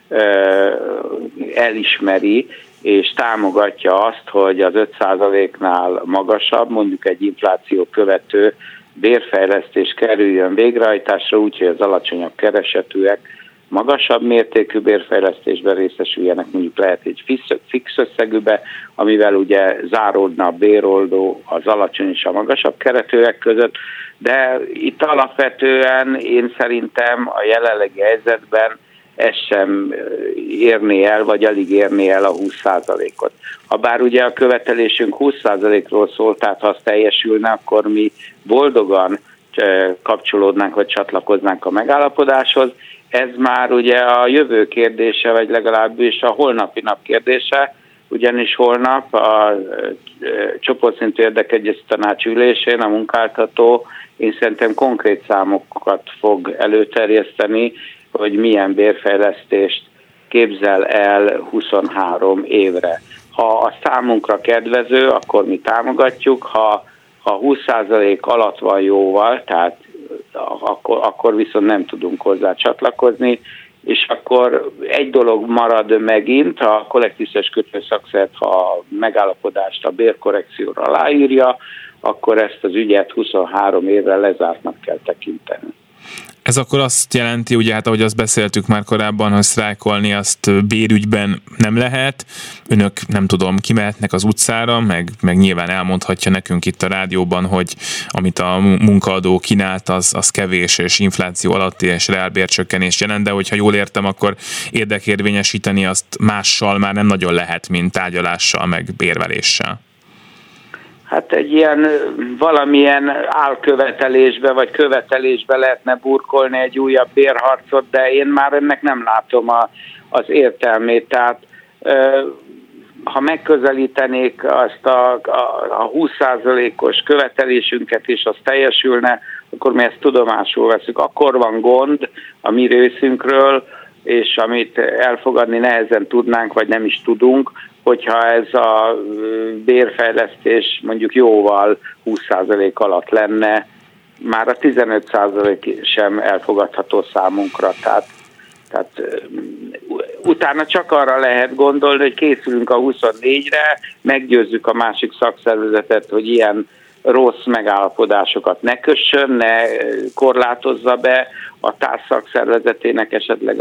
elismeri és támogatja azt, hogy az 5%-nál magasabb, mondjuk egy infláció követő bérfejlesztés kerüljön végrehajtásra, úgyhogy az alacsonyabb keresetűek magasabb mértékű bérfejlesztésben részesüljenek, mondjuk lehet egy fix összegűbe, amivel ugye záródna a béroldó az alacsony és a magasabb keretűek között, de itt alapvetően én szerintem a jelenlegi helyzetben ez sem érné el, vagy alig érné el a 20%-ot. Habár ugye a követelésünk 20%-ról szólt, tehát ha az teljesülne, akkor mi boldogan kapcsolódnánk, vagy csatlakoznánk a megállapodáshoz. Ez már ugye a jövő kérdése, vagy legalábbis a holnapi nap kérdése, ugyanis holnap a csoportszintű érdekegyeztető tanács ülésén a munkáltató én szerintem konkrét számokat fog előterjeszteni, hogy milyen bérfejlesztést képzel el 23 évre. Ha a számunkra kedvező, akkor mi támogatjuk, ha 20% alatt van jóval, tehát akkor viszont nem tudunk hozzá csatlakozni, és akkor egy dolog marad megint, a kollektív szerződés szakszert, ha a megállapodást a bérkorrekcióra aláírja, akkor ezt az ügyet 23 évre lezártnak kell tekinteni. Ez akkor azt jelenti, ugye hát ahogy azt beszéltük már korábban, hogy sztrájkolni azt bérügyben nem lehet. Önök nem tudom, kimehetnek az utcára, meg nyilván elmondhatja nekünk itt a rádióban, hogy amit a munkaadó kínált, az kevés és infláció alatti és reálbércsökkenést jelent, de hogyha jól értem, akkor érdekérvényesíteni azt mással már nem nagyon lehet, mint tárgyalással, meg bérveléssel. Hát egy ilyen valamilyen álkövetelésbe vagy követelésbe lehetne burkolni egy újabb bérharcot, de én már ennek nem látom az értelmét. Tehát ha megközelítenék azt a 20%-os követelésünket és az teljesülne, akkor mi ezt tudomásul veszük. Akkor van gond a mi részünkről, és amit elfogadni nehezen tudnánk, vagy nem is tudunk, hogyha ez a bérfejlesztés mondjuk jóval 20% alatt lenne, már a 15% sem elfogadható számunkra. Tehát utána csak arra lehet gondolni, hogy készülünk a 24-re, meggyőzzük a másik szakszervezetet, hogy ilyen rossz megállapodásokat ne kössön, ne korlátozza be a társszakszervezetének esetleg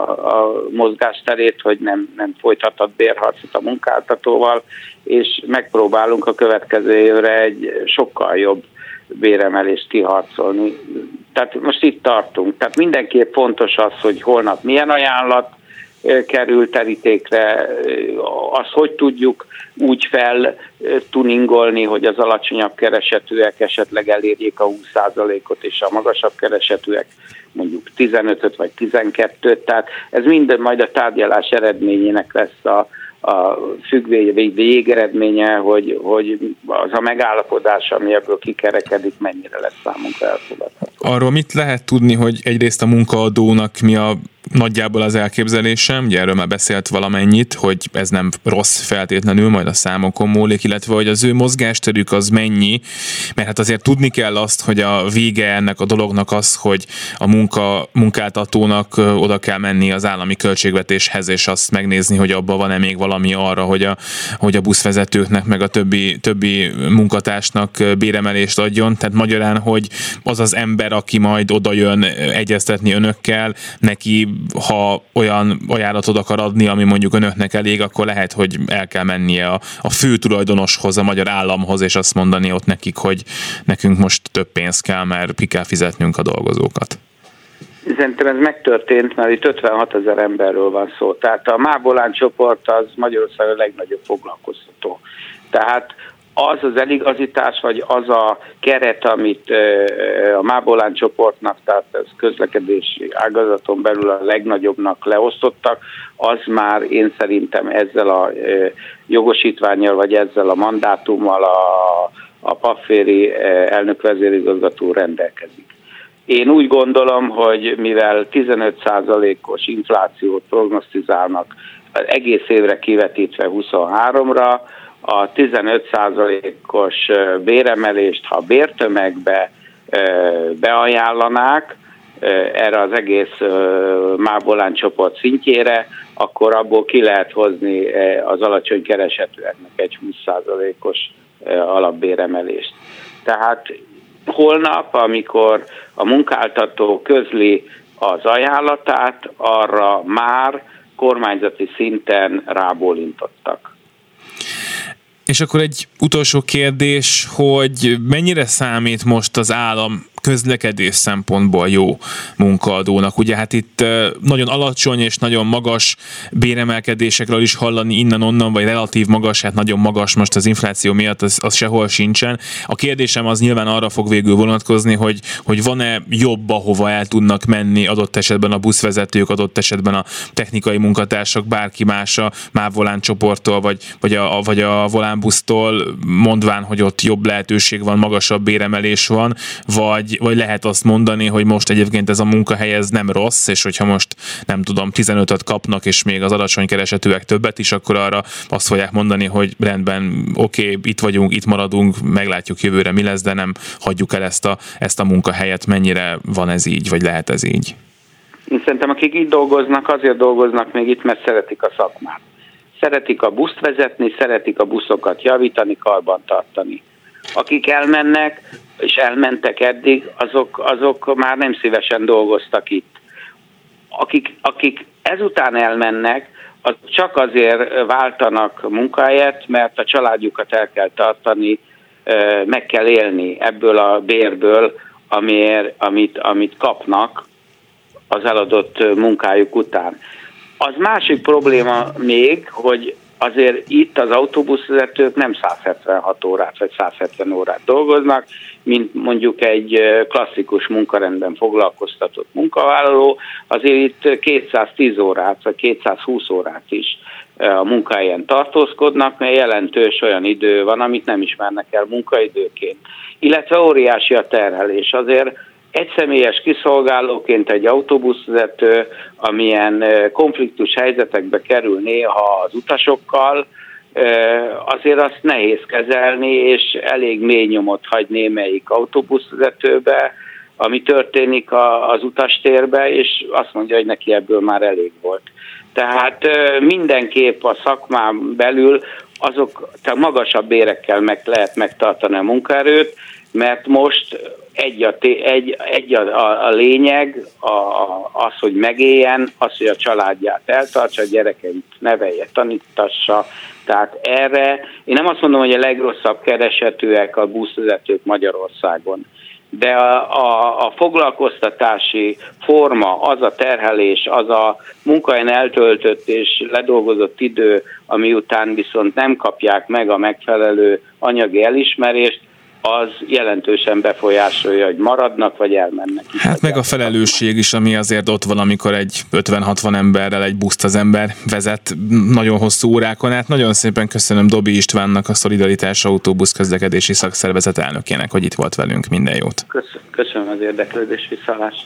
a mozgásterét, hogy nem folytathat bérharcot a munkáltatóval, és megpróbálunk a következő évre egy sokkal jobb béremelést kiharcolni. Tehát most itt tartunk. Tehát mindenképp fontos az, hogy holnap milyen ajánlat kerül terítékre, azt hogy tudjuk úgy feltuningolni, hogy az alacsonyabb keresetűek esetleg elérjék a 20%-ot, és a magasabb keresetűek mondjuk 15-öt vagy 12-t, tehát ez minden majd a tárgyalás eredményének lesz a függvény végeredménye, hogy az a megállapodás, ami ebből kikerekedik, mennyire lesz számunkra elfogadható. Arról mit lehet tudni, hogy egyrészt a munkaadónak mi a nagyjából az elképzelésem, ugye erről már beszélt valamennyit, hogy ez nem rossz feltétlenül, majd a számokon múlik, illetve hogy az ő mozgásterük az mennyi, mert hát azért tudni kell azt, hogy a vége ennek a dolognak az, hogy a munkáltatónak oda kell menni az állami költségvetéshez, és azt megnézni, hogy abban van-e még valami arra, hogy a buszvezetőknek, meg a többi munkatársnak béremelést adjon. Tehát magyarán, hogy az az ember, aki majd oda jön egyeztetni önökkel, neki ha olyan ajánlatot akar adni, ami mondjuk önöknek elég, akkor lehet, hogy el kell mennie a fő tulajdonoshoz, a magyar államhoz, és azt mondani ott nekik, hogy nekünk most több pénz kell, mert ki kell fizetnünk a dolgozókat. Szerintem ez megtörtént, mert itt 56 000 emberről van szó. Tehát a MÁV Voláncsoport az Magyarországon a legnagyobb foglalkoztató. Tehát az eligazítás, vagy az a keret, amit a MÁV Volánccsoportnak, tehát ez közlekedési ágazaton belül a legnagyobbnak leosztottak, az már én szerintem ezzel a jogosítvánnyal, vagy ezzel a mandátummal a Pafféry elnök vezérigazgató rendelkezik. Én úgy gondolom, hogy mivel 15%-os inflációt prognosztizálnak egész évre kivetítve 23-ra, a 15%-os béremelést, ha bértömegbe beajánlanák erre az egész Mávolán csoport szintjére, akkor abból ki lehet hozni az alacsony keresetűeknek egy 20%-os alapbéremelést. Tehát holnap, amikor a munkáltató közli az ajánlatát, arra már kormányzati szinten rábólintottak. És akkor egy utolsó kérdés, hogy mennyire számít most az állam közlekedés szempontból jó munkaadónak? Ugye hát itt nagyon alacsony és nagyon magas béremelkedésekről is hallani innen-onnan, vagy relatív magas, hát nagyon magas most az infláció miatt, az sehol sincsen. A kérdésem az nyilván arra fog végül vonatkozni, hogy van-e jobb, ahova el tudnak menni adott esetben a buszvezetők, adott esetben a technikai munkatársak, bárki más a Mávolán csoporttól, vagy a Volánbusztól, mondván, hogy ott jobb lehetőség van, magasabb béremelés van, vagy lehet azt mondani, hogy most egyébként ez a munkahely ez nem rossz, és hogyha most nem tudom, 15-öt kapnak, és még az alacsony keresetűek többet is, akkor arra azt fogják mondani, hogy rendben, oké, itt vagyunk, itt maradunk, meglátjuk jövőre mi lesz, de nem hagyjuk el ezt a munkahelyet. Mennyire van ez így, vagy lehet ez így? Szerintem akik itt dolgoznak, azért dolgoznak még itt, mert szeretik a szakmát. Szeretik a buszt vezetni, szeretik a buszokat javítani, karbantartani. Akik elmennek, és elmentek eddig, azok már nem szívesen dolgoztak itt. Akik ezután elmennek, az csak azért váltanak munkahelyet, mert a családjukat el kell tartani, meg kell élni ebből a bérből, amit kapnak az eladott munkájuk után. Az másik probléma még, hogy azért itt az autóbuszvezetők nem 176 órát vagy 170 órát dolgoznak, mint mondjuk egy klasszikus munkarendben foglalkoztatott munkavállaló, azért itt 210 órát vagy 220 órát is a munkahelyen tartózkodnak, mert jelentős olyan idő van, amit nem ismernek el munkaidőként. Illetve óriási a terhelés. Azért egyszemélyes kiszolgálóként egy autóbuszvezető, amilyen konfliktus helyzetekbe kerül néha az utasokkal, azért azt nehéz kezelni, és elég mély nyomot hagy némelyik autóbuszvezetőbe, ami történik az utastérbe, és azt mondja, hogy neki ebből már elég volt. Tehát mindenképp a szakmán belül tehát magasabb bérekkel lehet megtartani a munkaerőt, mert most egy a lényeg, az, hogy megéljen, az, hogy a családját eltartsa, a gyerekeit nevelje, tanítassa. Tehát erre, én nem azt mondom, hogy a legrosszabb keresetűek a buszvezetők Magyarországon, de a foglalkoztatási forma, az a terhelés, az a munkahelyen eltöltött és ledolgozott idő, ami után viszont nem kapják meg a megfelelő anyagi elismerést, az jelentősen befolyásolja, hogy maradnak, vagy elmennek. Hát meg a felelősség is, ami azért ott van, amikor egy 50-60 emberrel egy buszt az ember vezet nagyon hosszú órákon át. Nagyon szépen köszönöm Dobi Istvánnak, a Szolidaritás Autóbusz Közlekedési Szakszervezet elnökének, hogy itt volt velünk. Minden jót! Köszönöm az érdeklődés, viszontlátásra!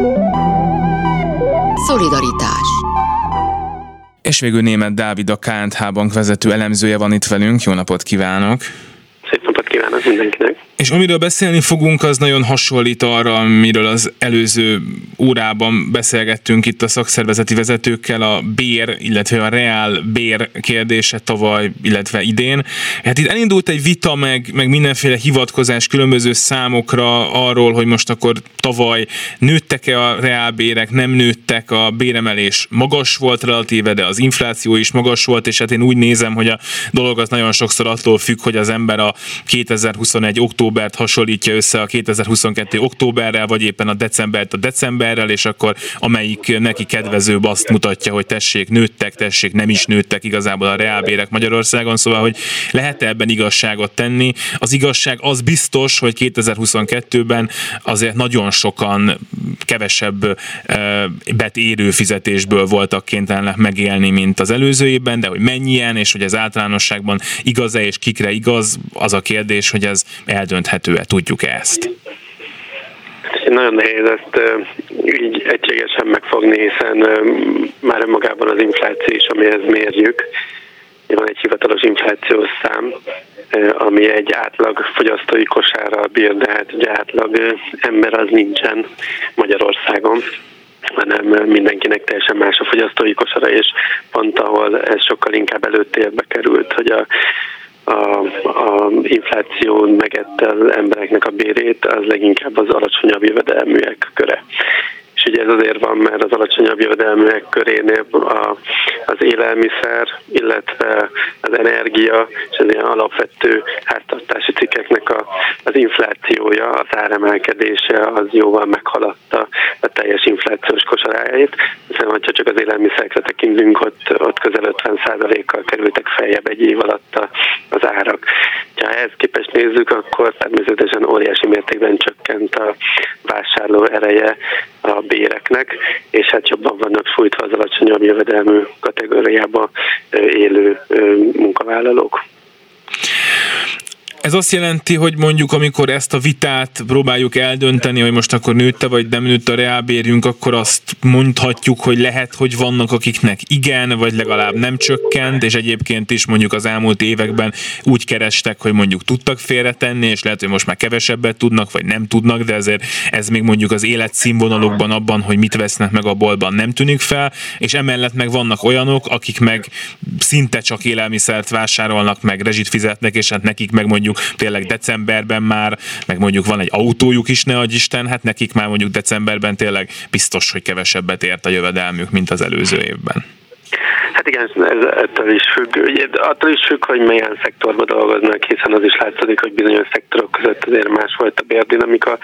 Szolidaritás. És végül Németh Dávid, a K&H Bank vezető elemzője van itt velünk. Jó napot kívánok! Szép napot kívánok mindenkinek! És amiről beszélni fogunk, az nagyon hasonlít arra, amiről az előző órában beszélgettünk itt a szakszervezeti vezetőkkel, a bér, illetve a reál bér kérdése tavaly, illetve idén. Hát itt elindult egy vita, meg mindenféle hivatkozás különböző számokra arról, hogy most akkor tavaly nőttek-e a reálbérek, nem nőttek, a béremelés magas volt relatíve, de az infláció is magas volt, és hát én úgy nézem, hogy a dolog az nagyon sokszor attól függ, hogy az ember a 2021 októbert hasonlítja össze a 2022 októberrel, vagy éppen a decembert a decemberrel, és akkor amelyik neki kedvezőbb, azt mutatja, hogy tessék nőttek, tessék nem is nőttek igazából a reálbérek Magyarországon, szóval, hogy lehet-e ebben igazságot tenni. Az igazság az biztos, hogy 2022-ben azért nagyon sokan kevesebb érő fizetésből voltak kénytelenek megélni, mint az előző évben, de hogy mennyien, és hogy ez általánosságban igaz-e, és kikre igaz, az a kérdés, hogy ez eldönthető-e, tudjuk ezt? Nagyon nehéz ezt így egységesen megfogni, hiszen már önmagában az infláció is, amihez mérjük, van egy hivatalos inflációs szám, ami egy átlag fogyasztói kosárral bír, de hát ugye átlag ember az nincsen Magyarországon, hanem mindenkinek teljesen más a fogyasztói kosara, és pont ahol ez sokkal inkább előtérbe került, hogy a infláció megette az embereknek a bérét, az leginkább az alacsonyabb jövedelműek köre. És ugye ez azért van, mert az alacsonyabb jövedelműek körénél az élelmiszer, illetve az energia és az ilyen alapvető háztartási cikkeknek az inflációja, az áremelkedése az jóval meghaladta a teljes inflációs kosaráját. Hiszen, hogyha csak az élelmiszerekre tekintünk, ott közel 50%-kal kerültek feljebb egy év alatt az árak. Ha ehhez képest nézzük, akkor természetesen óriási mértékben csökkent a vásárló ereje a béreknek, és hát jobban vannak sújtva az alacsonyabb jövedelmű kategóriába élő munkavállalók. Ez azt jelenti, hogy mondjuk amikor ezt a vitát próbáljuk eldönteni, hogy most akkor nőtte vagy nem nőtt a reálbérjünk, akkor azt mondhatjuk, hogy lehet, hogy vannak akiknek igen, vagy legalább nem csökkent, és egyébként is mondjuk az elmúlt években úgy kerestek, hogy mondjuk tudtak félretenni, és lehet, hogy most már kevesebbet tudnak, vagy nem tudnak, de azért ez még mondjuk az életszínvonalukban abban, hogy mit vesznek meg a boltban nem tűnik fel, és emellett meg vannak olyanok, akik meg szinte csak élelmiszert vásárolnak, meg rezsit fizetnek, és hát nekik meg mondjuk tényleg decemberben már, meg mondjuk van egy autójuk is, ne adj Isten, hát nekik már mondjuk decemberben tényleg biztos, hogy kevesebbet ért a jövedelmük, mint az előző évben. Hát igen, ez ettől is függ. Ugye, attól is függ, hogy milyen szektorban dolgoznak, hiszen az is látszik, hogy bizonyos szektorok között azért más volt a bérdinamika.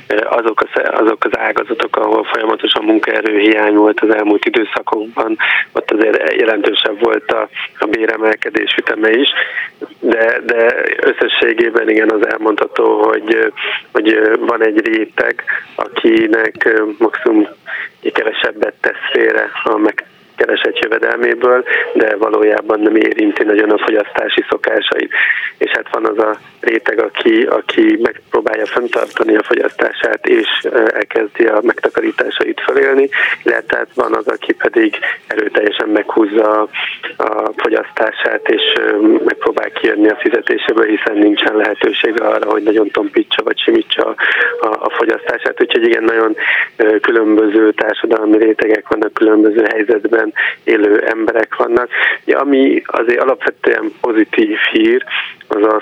Azok az ágazatok, ahol folyamatosan munkaerőhiány volt az elmúlt időszakokban, ott azért jelentősebb volt a béremelkedés üteme is, de összességében igen, az elmondható, hogy van egy réteg, akinek maximum kevesebbet tesz félre a keresett jövedelméből, de valójában nem érinti nagyon a fogyasztási szokásait. És hát van az a réteg, aki megpróbálja fenntartani a fogyasztását, és elkezdi a megtakarításait fölélni, illetve hát van az, aki pedig erőteljesen meghúzza a fogyasztását, és megpróbál kijönni a fizetéséből, hiszen nincsen lehetősége arra, hogy nagyon tompítsa vagy simítsa a fogyasztását. Úgyhogy igen, nagyon különböző társadalmi rétegek vannak, különböző helyzetben élő emberek vannak. Ami azért alapvetően pozitív hír, az az,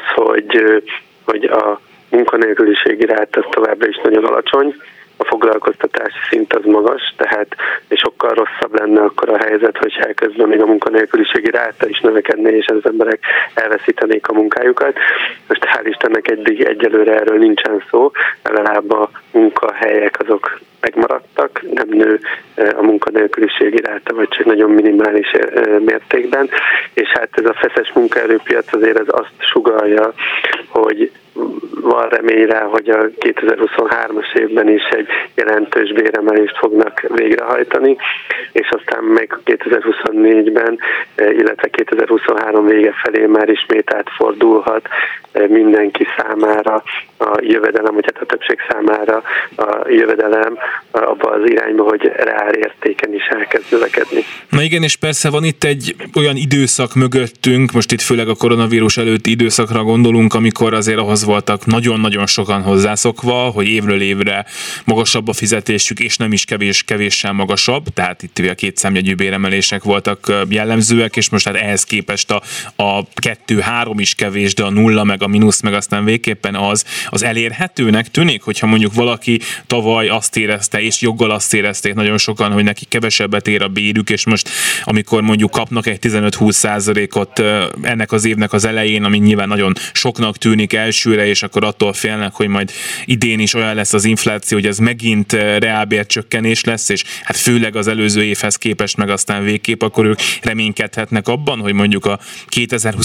hogy a munkanélküliségi ráta az továbbra is nagyon alacsony, a foglalkoztatási szint az magas, tehát sokkal rosszabb lenne akkor a helyzet, hogyha elkezdve még a munkanélküliségi ráta is növekedne, és az emberek elveszítenék a munkájukat. Most hál' Istennek egyelőre erről nincsen szó, legalább a munkahelyek azok megmaradtak, nem nő a munkanélküliségi ráta, vagy csak nagyon minimális mértékben, és hát ez a feszes munkaerőpiac azért ez azt sugallja, hogy van remény rá, hogy a 2023-as évben is egy jelentős béremelést fognak végrehajtani, és aztán meg 2024-ben, illetve 2023 vége felé már ismét átfordulhat mindenki számára a jövedelem, vagy hát a többség számára a jövedelem abba az irányba, hogy reál értéken is elkezd növekedni. Na igen, és persze van itt egy olyan időszak mögöttünk, most itt főleg a koronavírus előtti időszakra gondolunk, amikor azért ahhoz voltak nagyon-nagyon sokan hozzászokva, hogy évről évre magasabb a fizetésük, és nem is kevéssel magasabb, tehát itt a 2 számjegyű béremelések voltak jellemzőek, és most hát ehhez képest a 2-3 is kevés, de a 0 meg a mínusz meg aztán végképpen az elérhetőnek tűnik, hogyha mondjuk valaki tavaly azt érezte, és joggal azt érezték nagyon sokan, hogy neki kevesebbet ér a bérük, és most amikor mondjuk kapnak egy 15-20%-ot ennek az évnek az elején, ami nyilván nagyon soknak tűnik elsőre, és akkor attól félnek, hogy majd idén is olyan lesz az infláció, hogy ez megint reálbércsökkenés lesz, és hát főleg az előző évhez képest meg aztán végképp, akkor ők reménykedhetnek abban, hogy mondjuk a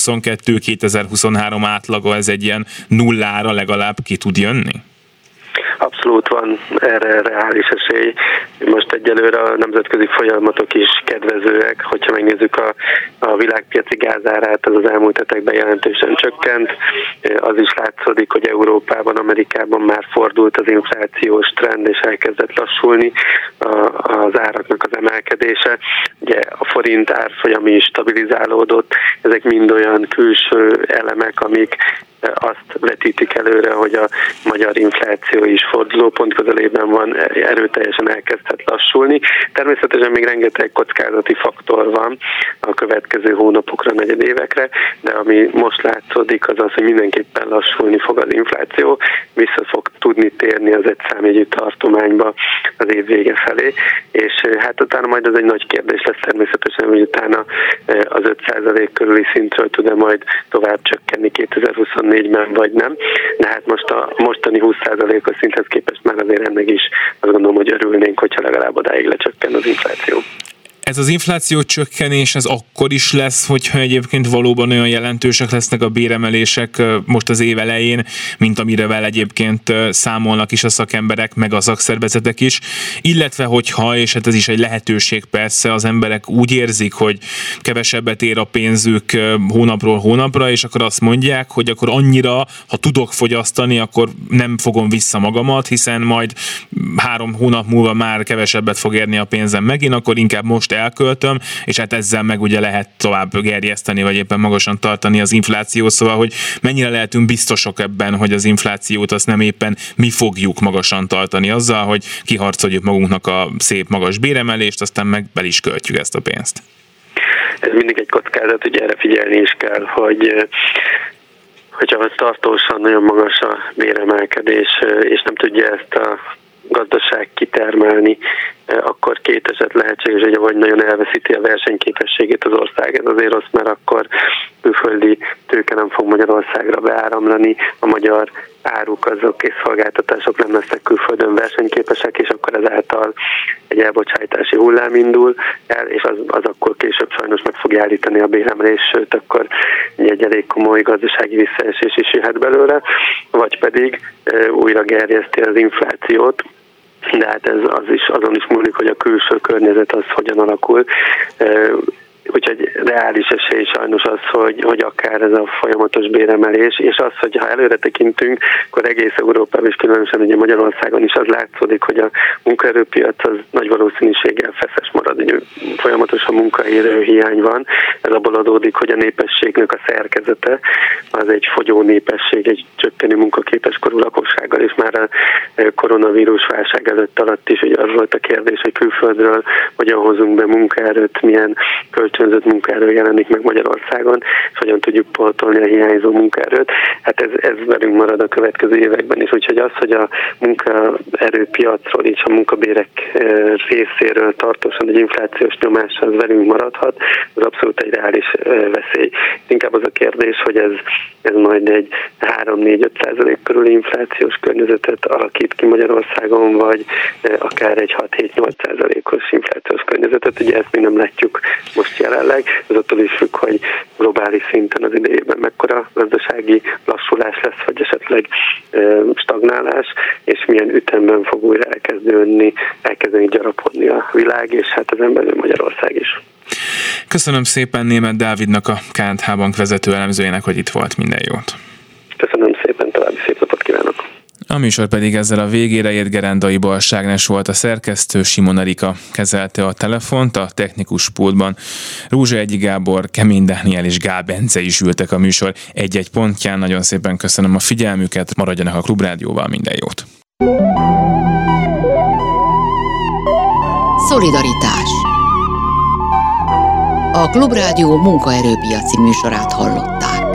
2022-2023 átlaga ez egy ilyen nullára legalább ki tud jönni? abszolút van erre reális esély. Most egyelőre a nemzetközi folyamatok is kedvezőek, hogyha megnézzük a világpiaci gázárát, az elmúlt hetekben jelentősen csökkent. Az is látszódik, hogy Európában, Amerikában már fordult az inflációs trend, és elkezdett lassulni az áraknak az emelkedése. Ugye a forint árfolyam is stabilizálódott, ezek mind olyan külső elemek, amik azt vetítik előre, hogy a magyar infláció is fordulópont közelében van, erőteljesen elkezdhet lassulni. Természetesen még rengeteg kockázati faktor van a következő hónapokra, negyedévekre, de ami most látszódik, az az, hogy mindenképpen lassulni fog az infláció, vissza fog tudni térni az egy számjegyű tartományba az év vége felé, és hát utána majd ez egy nagy kérdés lesz természetesen, hogy utána az 5% körüli szintről tud-e majd tovább csökkenni 2024-ben, vagy nem. De hát most a mostani 20%-os szinthez képest már azért ennek is azt gondolom, hogy örülnénk, hogyha legalább odáig lecsökken az infláció. Ez az infláció csökkenés, ez akkor is lesz, hogyha egyébként valóban olyan jelentősek lesznek a béremelések most az év elején, mint amirevel egyébként számolnak is a szakemberek, meg a szakszervezetek is, illetve hogyha, és hát ez is egy lehetőség persze, az emberek úgy érzik, hogy kevesebbet ér a pénzük hónapról hónapra, és akkor azt mondják, hogy akkor annyira, ha tudok fogyasztani, akkor nem fogom vissza magamat, hiszen majd 3 hónap múlva már kevesebbet fog érni a pénzem megint, akkor inkább most elköltöm, és hát ezzel meg ugye lehet tovább gerjeszteni, vagy éppen magasan tartani az inflációt, szóval, hogy mennyire lehetünk biztosok ebben, hogy az inflációt azt nem éppen mi fogjuk magasan tartani azzal, hogy kiharcoljuk magunknak a szép magas béremelést, aztán meg bel is költjük ezt a pénzt. Ez mindig egy kockázat, hogy erre figyelni is kell, hogyha tartósan nagyon magas a béremelkedés, és nem tudja ezt a gazdaság kitermelni, akkor két eset lehetséges, hogy vagy nagyon elveszíti a versenyképességét az ország. Ez azért rossz, mert akkor külföldi tőke nem fog Magyarországra beáramlani, a magyar áruk azok és szolgáltatások nem lesznek külföldön versenyképesek, és akkor ezáltal egy elbocsájtási hullám indul el, és az akkor később sajnos meg fogja állítani a béremelést, sőt, akkor egy elég komoly gazdasági visszaesés is jöhet belőle, vagy pedig újra gerjeszti az inflációt, de hát ez azon is múlik, hogy a külső környezet az hogyan alakul. Úgyhogy reális esély sajnos az, hogy akár ez a folyamatos béremelés, és az, hogy ha előre tekintünk, akkor egész Európában és különösen ugye Magyarországon is az látszódik, hogy a munkaerőpiac az nagy valószínűséggel feszes marad, hogy folyamatosan munkaerő hiány van. Ez abból adódik, hogy a népességnek a szerkezete az egy fogyó népesség, egy csökkenő munkaképes korú lakossággal, és már a koronavírus válság előtt alatt is ugye az volt a kérdés, hogy külföldről hogyan hozunk be munkaerőt, milyen kölcsönzött munkaerő jelenik meg Magyarországon, és hogyan tudjuk pótolni a hiányzó munkaerőt. Hát ez velünk marad a következő években is, úgyhogy az, hogy a munkaerőpiacról és a munkabérek részéről tartósan egy inflációs nyomás az velünk maradhat, az abszolút egy reális veszély. Inkább az a kérdés, hogy ez majd egy 3-4-5% körüli inflációs környezetet alakít ki Magyarországon, vagy akár egy 6-7-8%-os inflációs környezetet. Ugye ezt még nem látjuk most jelenleg. Ez attól is függ, hogy globális szinten az idejében mekkora gazdasági lassulás lesz, vagy esetleg stagnálás, és milyen ütemben fog újra elkezdeni gyarapodni a világ, és hát ezen belül Magyarország is. Köszönöm szépen Németh Dávidnak, a KNTH Bank vezető elemzőjének, hogy itt volt. Minden jót! Köszönöm szépen, további szép napot kívánok! A műsor pedig ezzel a végére ért. Gerendai Balázs Ágnes volt a szerkesztő, Simon Erika kezelte a telefont, a technikus pultban Rúzsa Egyi Gábor, Kemény Dániel és Gál Bence is ültek a műsor egy-egy pontján. Nagyon szépen köszönöm a figyelmüket, maradjanak a Klubrádióval, minden jót! Szolidaritás. A Klubrádió munkaerőpiaci műsorát hallották.